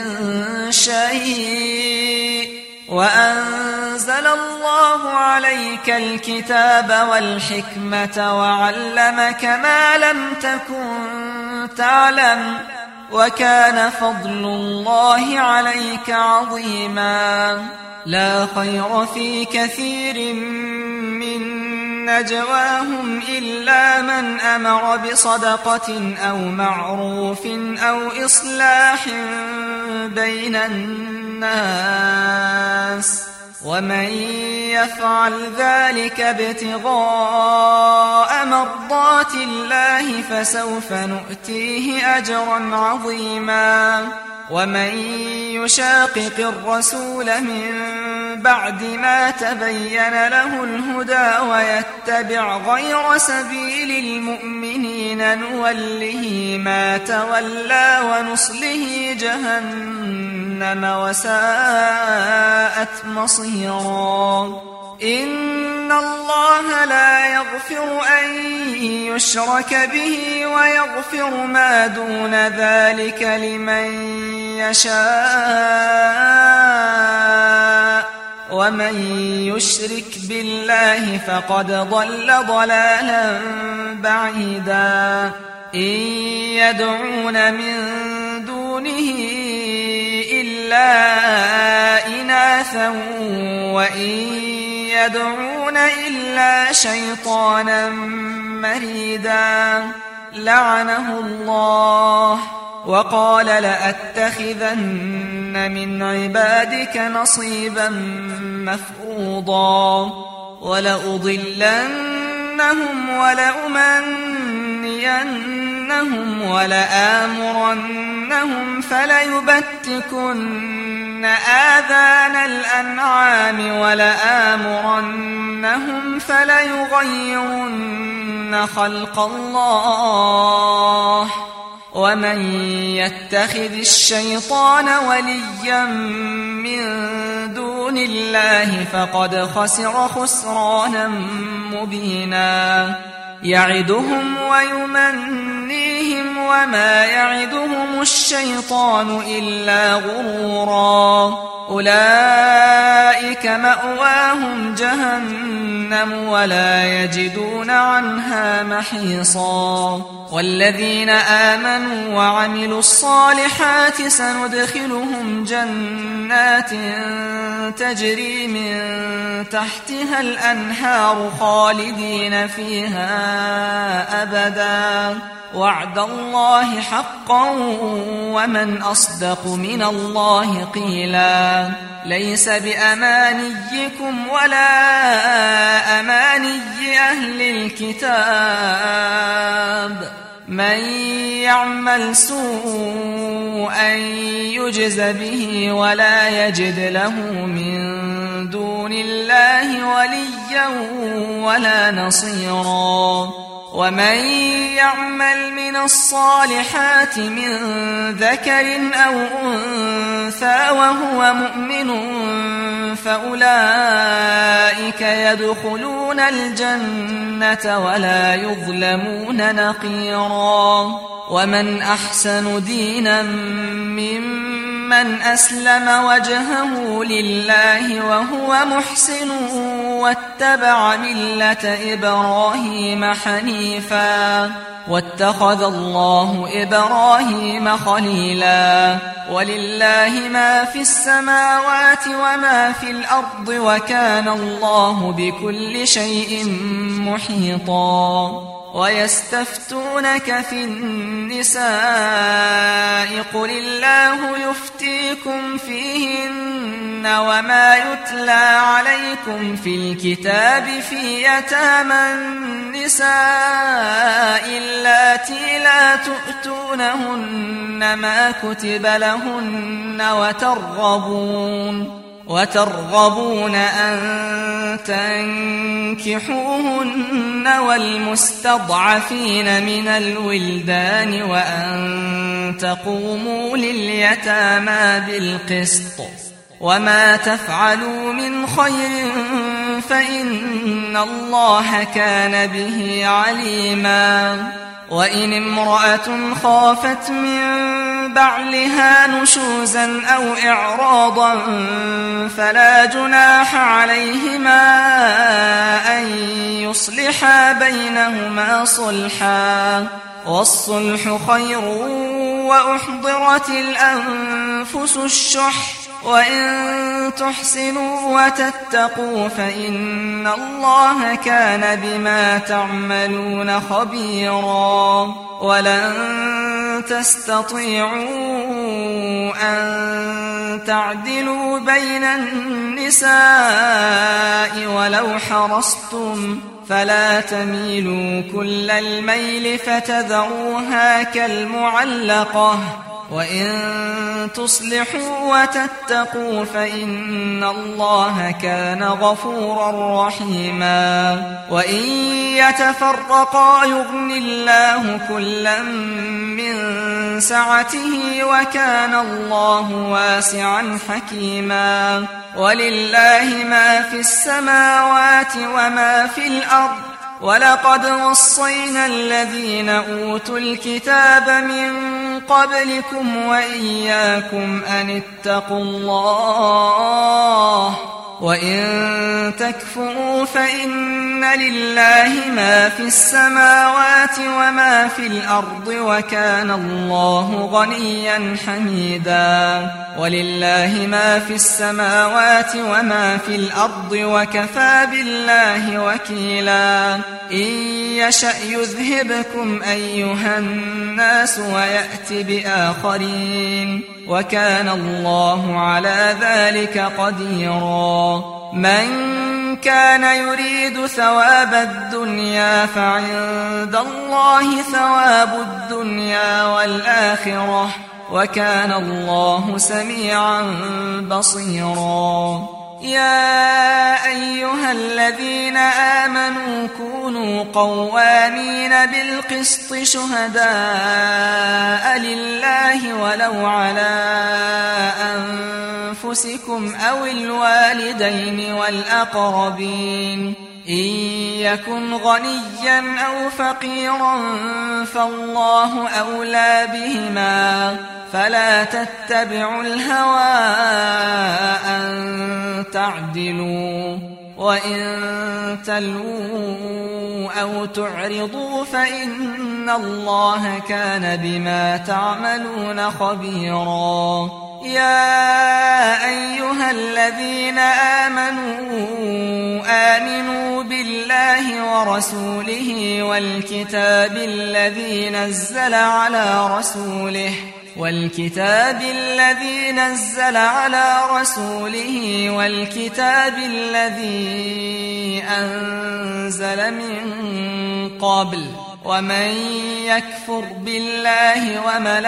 شيء وأنزل الله عليك الكتاب والحكمة وعلمك ما لم تكن تعلم وكان فضل الله عليك عظيما لا خير في كثير من نجواهم إلا من أمر بصدقة أو معروف أو إصلاح بين الناس ومن يفعل ذلك ابتغاء مرضات الله فسوف نؤتيه أجرا عظيما ومن يشاقق الرسول من بعد ما تبين له الهدى ويتبع غير سبيل المؤمنين نوله ما تولى ونصله جهنم وساءت مصيرا إن الله لا يغفر أن يشرك به ويغفر ما دون ذلك لمن يشاء ومن يشرك بالله فقد ضل ضلالا بعيدا إن يدعون من دونه إلا إناثا وإن يدعون إلا شيطانا مريدا لعنه الله وقال لأتخذن من عبادك نصيبا مفروضا ولأضلنهم ولأمنينهم ولآمرنهم فليبتكن آذان الأنعام ولآمرنهم فليغيرن خلق الله ومن يتخذ الشيطان وليا من دون الله فقد خسر خسرانا مبينا يعدهم ويمنيهم وما يعدهم الشيطان إلا غرورا أولئك مأواهم جهنم ولا يجدون عنها محيصا والذين آمنوا وعملوا الصالحات سندخلهم جنات تجري من تحتها الأنهار خالدين فيها أبدا وعد الله حقا ومن أصدق من الله قيلا ليس بأمانيكم ولا أماني أهل الكتاب من يعمل سوءا يجز به ولا يجد له من دون الله وليا ولا نصيرا ومن يعمل من الصالحات من ذكر أو أنثى وهو مؤمن فأولئك يدخلون الجنة ولا يظلمون نقيرا ومن أحسن دينا ممن من أسلم وجهه لله وهو محسن واتبع ملة إبراهيم حنيفا واتخذ الله إبراهيم خليلا ولله ما في السماوات وما في الأرض وكان الله بكل شيء محيطا ويستفتونك في النساء قل الله يفتيكم فيهن وما يتلى عليكم في الكتاب في يتامى النساء اللاتي لا تؤتونهن ما كتب لهن وترغبون وترغبون أن تنكحوهن والمستضعفين من الولدان وأن تقوموا لليتامى بالقسط وما تفعلوا من خير فإن الله كان به عليما وإن امرأة خافت من بعلها نشوزا أو إعراضا فلا جناح عليهما أن يصلحا بينهما صلحا والصلح خير وأحضرت الأنفس الشح وإن تحسنوا وتتقوا فإن الله كان بما تعملون خبيرا ولن تستطيعوا أن تعدلوا بين النساء ولو حرصتم فلا تميلوا كل الميل فتذروها كالمعلقة وإن تصلحوا وتتقوا فإن الله كان غفورا رحيما وإن يتفرقا يغن الله كلا من سعته وكان الله واسعا حكيما ولله ما في السماوات وما في الأرض ولقد وصينا الذين أوتوا الكتاب من قبلكم وإياكم أن اتقوا الله وإن تكفروا فإن لله ما في السماوات وما في الأرض وكان الله غنيا حميدا ولله ما في السماوات وما في الأرض وكفى بالله وكيلا إن يشأ يذهبكم أيها الناس ويأت بآخرين وكان الله على ذلك قديرا من كان يريد ثواب الدنيا فعند الله ثواب الدنيا والآخرة وكان الله سميعا بصيرا يا أيها الذين آمنوا كونوا قوامين بالقسط شهداء لله ولو على أنفسكم أو الوالدين والأقربين إن يكن غنيا أو فقيرا فالله أولى بهما فلا تتبعوا الهوى أن تعدلوا وإن تلووا أو تعرضوا فإن الله كان بما تعملون خبيرا يا أيها الذين آمنوا آمنوا بالله ورسوله والكتاب الذي نزل على رسوله والكتاب الذي نزل على رسوله والكتاب الذي أنزل من قبل ومن يكفر بالله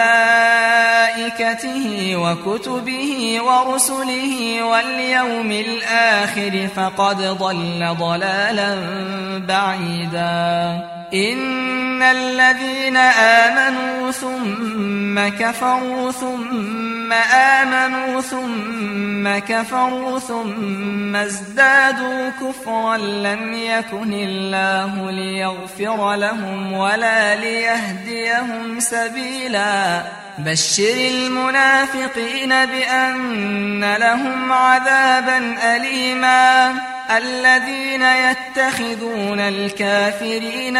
وملائكته وكتبه ورسله واليوم الآخر فقد ضل ضلالا بعيدا إن الذين آمنوا ثم كفروا ثم آمنوا ثم كفروا ثم ازدادوا كفرا لم يكن الله ليغفر لهم ولا ليهديهم سبيلا بشر المنافقين بأن لهم عذابا أليما الذين يتخذون الكافرين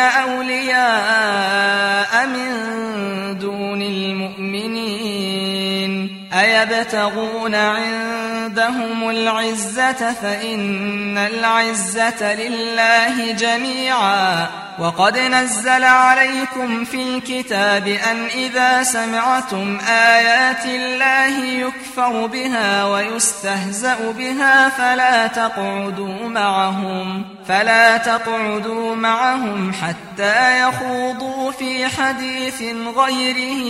أولياء من دون المؤمنين أيبتغون عندهم العزة فإن العزة لله جميعا وقد نزل عليكم في الكتاب أن إذا سمعتم آيات الله يكفر بها ويستهزأ بها فلا تقعدوا معهم فلا تقعدوا معهم حتى يخوضوا في حديث غيره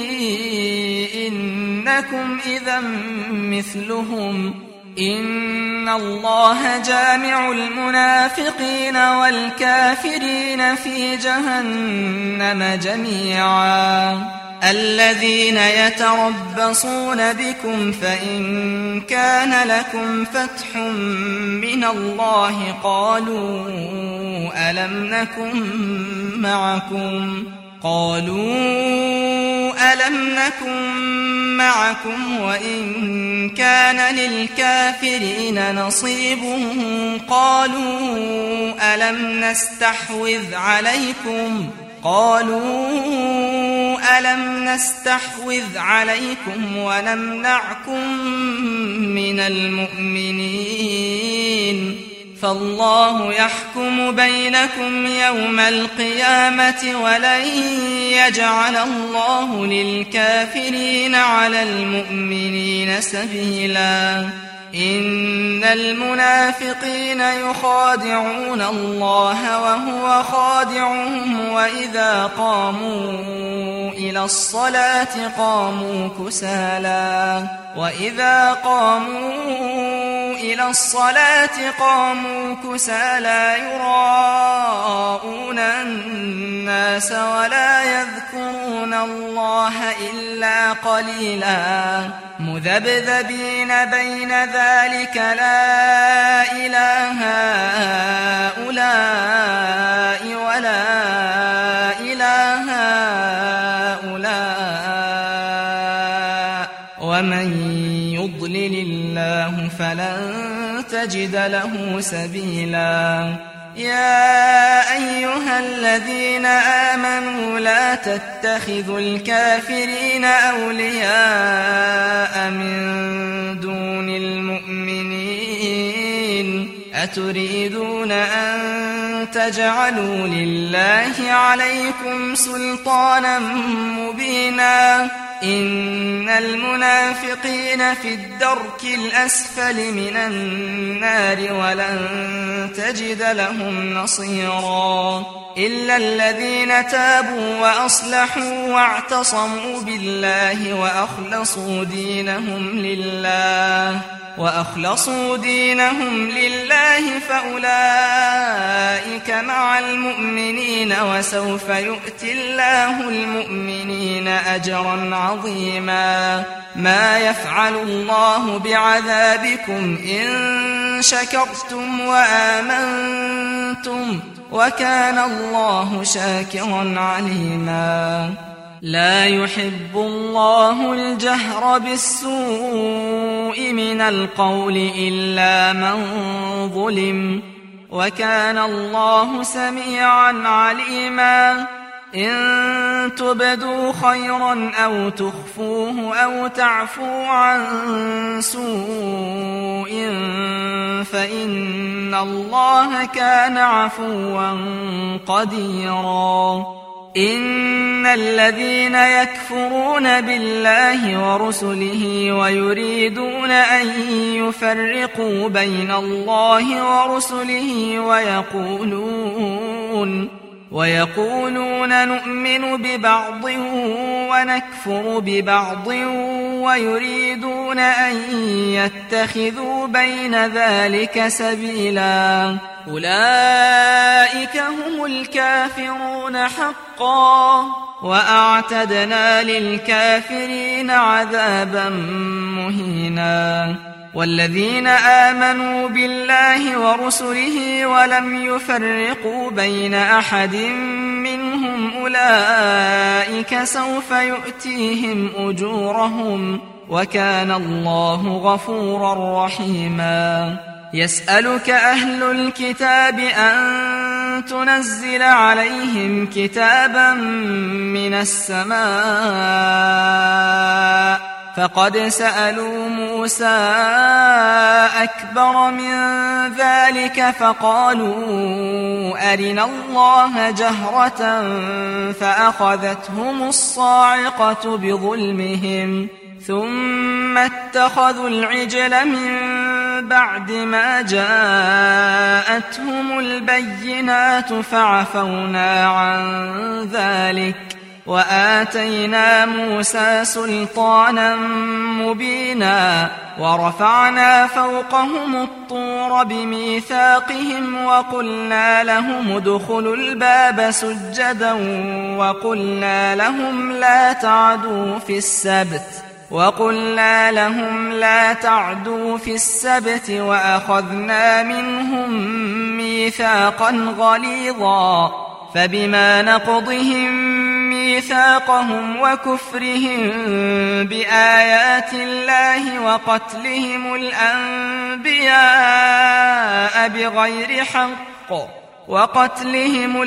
إنكم إذا مثلهم إن الله جامع المنافقين والكافرين في جهنم جميعا الذين يتربصون بكم فإن كان لكم فتح من الله قالوا ألم نكن معكم قالوا ألم نكن معكم وإن كان للكافرين نصيب قالوا ألم نستحوذ عليكم قالوا ألم نستحوذ عليكم ونمنعكم من المؤمنين فالله يحكم بينكم يوم القيامة ولن يجعل الله للكافرين على المؤمنين سبيلا إن المنافقين يخادعون الله وهو خادعهم وإذا قاموا إلى الصلاة قاموا كسالى وإذا قاموا إلى الصلاة قاموا كسالى يراءون الناس ولا يذكرون الله إلا قليلا مذبذبين بين ذلك لا إله هؤلاء ولا إله هؤلاء ومن يضلل الله فلن تجد له سبيلا يا أيها الذين آمنوا لا تتخذوا الكافرين أولياء من دون المؤمنين أتريدون أن تجعلوا لله عليكم سلطانا مبينا إن المنافقين في الدرك الأسفل من النار ولن تجد لهم نصيرا إلا الذين تابوا وأصلحوا واعتصموا بالله وأخلصوا دينهم لله وأخلصوا دينهم لله فأولئك مع المؤمنين وسوف يؤتي الله المؤمنين أجرا عظيما ما يفعل الله بعذابكم إن شكرتم وآمنتم وكان الله شاكرا عليما لا يحب الله الجهر بالسوء من القول إلا من ظلم وكان الله سميعا عليما إن تبدوا خيرا أو تخفوه أو تعفوا عن سوء فإن الله كان عفوا قديرا إن الذين يكفرون بالله ورسله ويريدون أن يفرقوا بين الله ورسله ويقولون ويقولون نؤمن ببعض ونكفر ببعض ويريدون أن يتخذوا بين ذلك سبيلا أولئك هم الكافرون حقا وأعتدنا للكافرين عذابا مهينا والذين آمنوا بالله ورسله ولم يفرقوا بين أحد منهم أولئك سوف يؤتيهم أجورهم وكان الله غفورا رحيما. يسألك أهل الكتاب أن تنزل عليهم كتابا من السماء فقد سألوا موسى أكبر من ذلك فقالوا أرنا الله جهرة فأخذتهم الصاعقة بظلمهم ثم اتخذوا العجل من بعد ما جاءتهم البينات فعفونا عن ذلك وآتينا موسى سلطانا مبينا ورفعنا فوقهم الطور بميثاقهم وقلنا لهم ادخلوا الباب سجدا وقلنا لهم لا تعدوا في السبت وقلنا لهم لا تعدوا في السبت وأخذنا منهم ميثاقا غليظا فبما نقضهم ميثاقهم وكفرهم بآيات الله وقتلهم الأنبياء بغير حق وقتلهم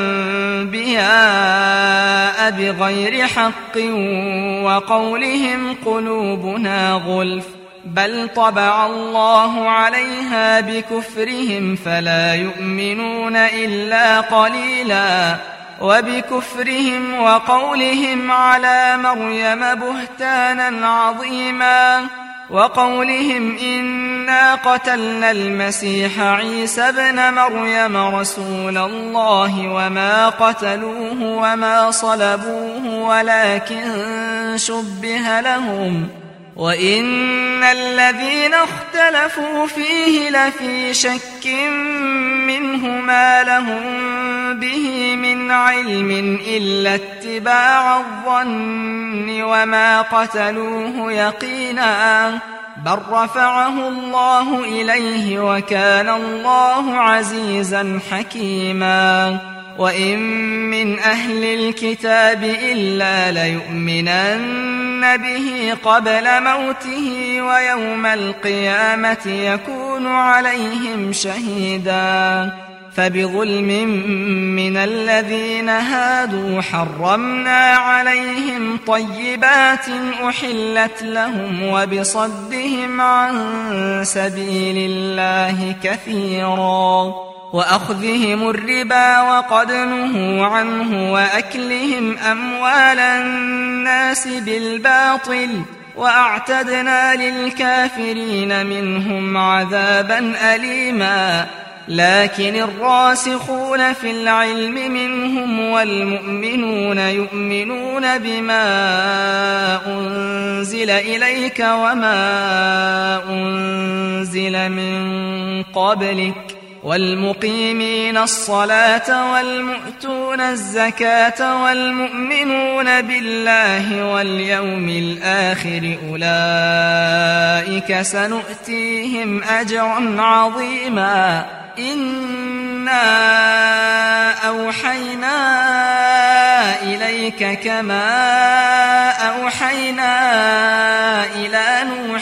الأنبياء بغير حق وقولهم قلوبنا غلف بل طبع الله عليها بكفرهم فلا يؤمنون إلا قليلا وبكفرهم وقولهم على مريم بهتانا عظيما وقولهم إنا قتلنا المسيح عيسى ابن مريم رسول الله وما قتلوه وما صلبوه ولكن شبه لهم وإن الذين اختلفوا فيه لفي شك منه ما لهم به من علم إلا اتباع الظن وما قتلوه يقينا بل رفعه الله إليه وكان الله عزيزا حكيما. وإن من أهل الكتاب إلا ليؤمنن به قبل موته ويوم القيامة يكون عليهم شهيدا فبظلم من الذين هادوا حرمنا عليهم طيبات أحلت لهم وبصدهم عن سبيل الله كثيرا وأخذهم الربا وقد نهوا عنه وأكلهم أموال الناس بالباطل وأعتدنا للكافرين منهم عذابا أليما. لكن الراسخون في العلم منهم والمؤمنون يؤمنون بما أنزل إليك وما أنزل من قبلك والمقيمين الصلاة والمؤتون الزكاة والمؤمنون بالله واليوم الآخر أولئك سنؤتيهم أجرا عظيما. إنا أوحينا إليك كما أوحينا إلى نوح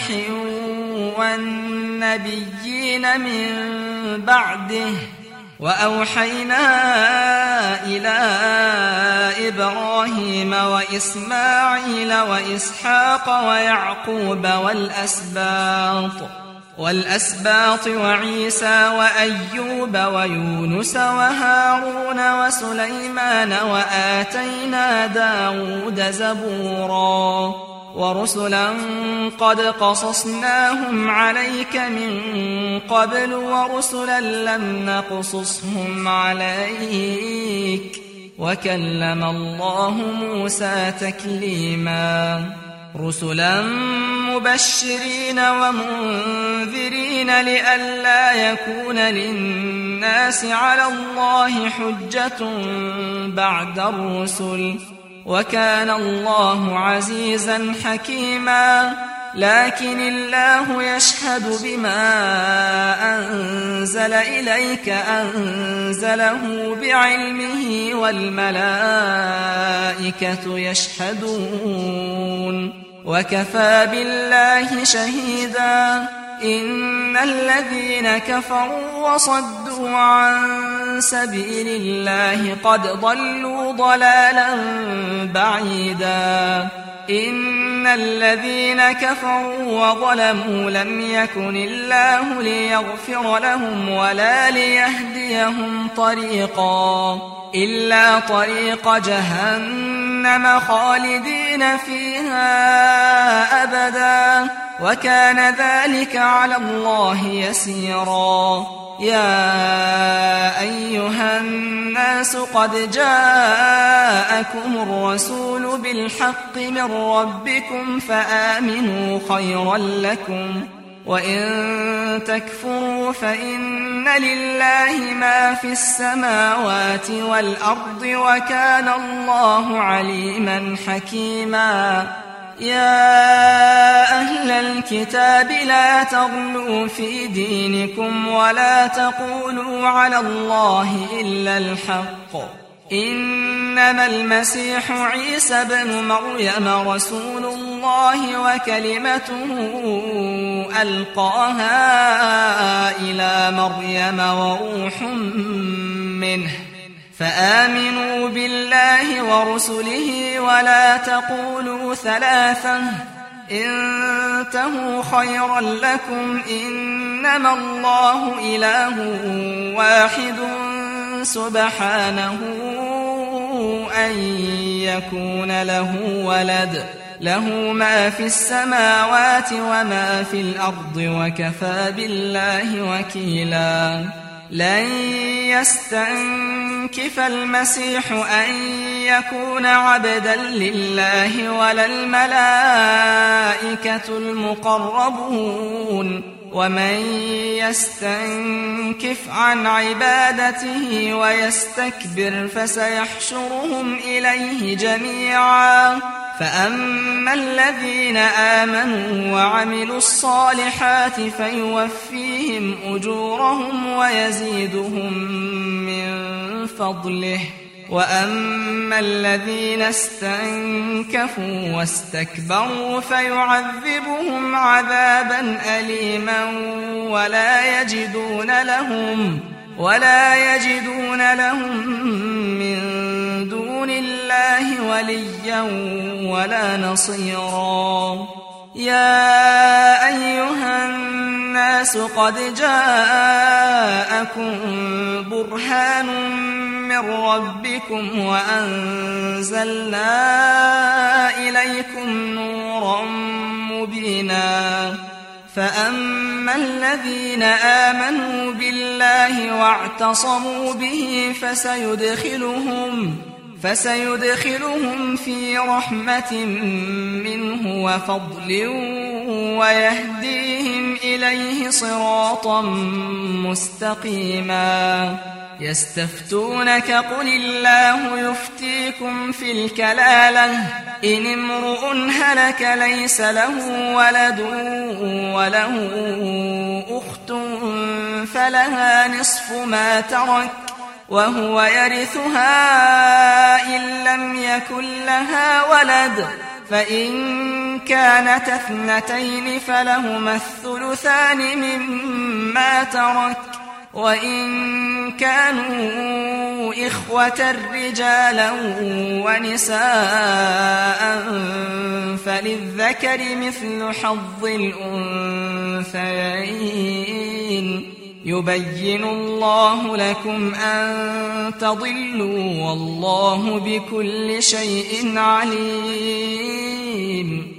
والنبيين من بعده وأوحينا إلى إبراهيم وإسماعيل وإسحاق ويعقوب والأسباط والأسباط وعيسى وأيوب ويونس وهارون وسليمان وآتينا داود زبورا ورسلا قد قصصناهم عليك من قبل ورسلا لم نقصصهم عليك وكلم الله موسى تكليما. رسلا مبشرين ومنذرين لئلا يكون للناس على الله حجة بعد الرسل وكان الله عزيزا حكيما. لكن الله يشهد بما أنزل إليك أنزله بعلمه والملائكة يشهدون وكفى بالله شهيدا إن الذين كفروا وصدوا عن سبيل الله قد ضلوا ضلالا بعيدا إن الذين كفروا وظلموا لم يكن الله ليغفر لهم ولا ليهديهم طريقا إلا طريق جهنم خالدين فيها أبدا وكان ذلك على الله يسيرا يا أيها الناس قد جاءكم الرسول بالحق من ربكم فآمنوا خيرا لكم وإن تكفروا فإن لله ما في السماوات والأرض وكان الله عليما حكيما يا أهل الكتاب لا تغلوا في دينكم ولا تقولوا على الله إلا الحق إنما المسيح عيسى بن مريم رسول الله وكلمته ألقاها إلى مريم وروح منه فآمنوا بالله ورسله ولا تقولوا ثلاثة انتهوا خيرا لكم إنما الله إله واحد سبحانه أن يكون له ولد له ما في السماوات وما في الأرض وكفى بالله وكيلا لن يستنكف المسيح أن يكون عبدا لله ولا الملائكة المقربون ومن يستنكف عن عبادته ويستكبر فسيحشرهم إليه جميعا فأما الذين آمنوا وعملوا الصالحات فيوفيهم أجورهم ويزيدهم من فضله وأما الذين استنكفوا واستكبروا فيعذبهم عذابا أليما ولا يجدون لهم ولا يجدون لهم من دون الله وليا ولا نصيرا يا أيها الناس قد جاءكم برهان من ربكم وأنزلنا إليكم نورا مبينا فأما الذين آمنوا بالله واعتصموا به فسيدخلهم فسيدخلهم في رحمة منه وفضل ويهديهم إليه صراطا مستقيما يستفتونك قل الله يفتيكم في الكلالة إن امرؤ هلك ليس له ولد وله أخت فلها نصف ما ترك وهو يرثها إن لم يكن لها ولد فإن كانت اثنتين فلهما الثلثان مما ترك وإن كانوا إخوة رجالا ونساء فللذكر مثل حظ الأنثيين يبين الله لكم أن تضلوا والله بكل شيء عليم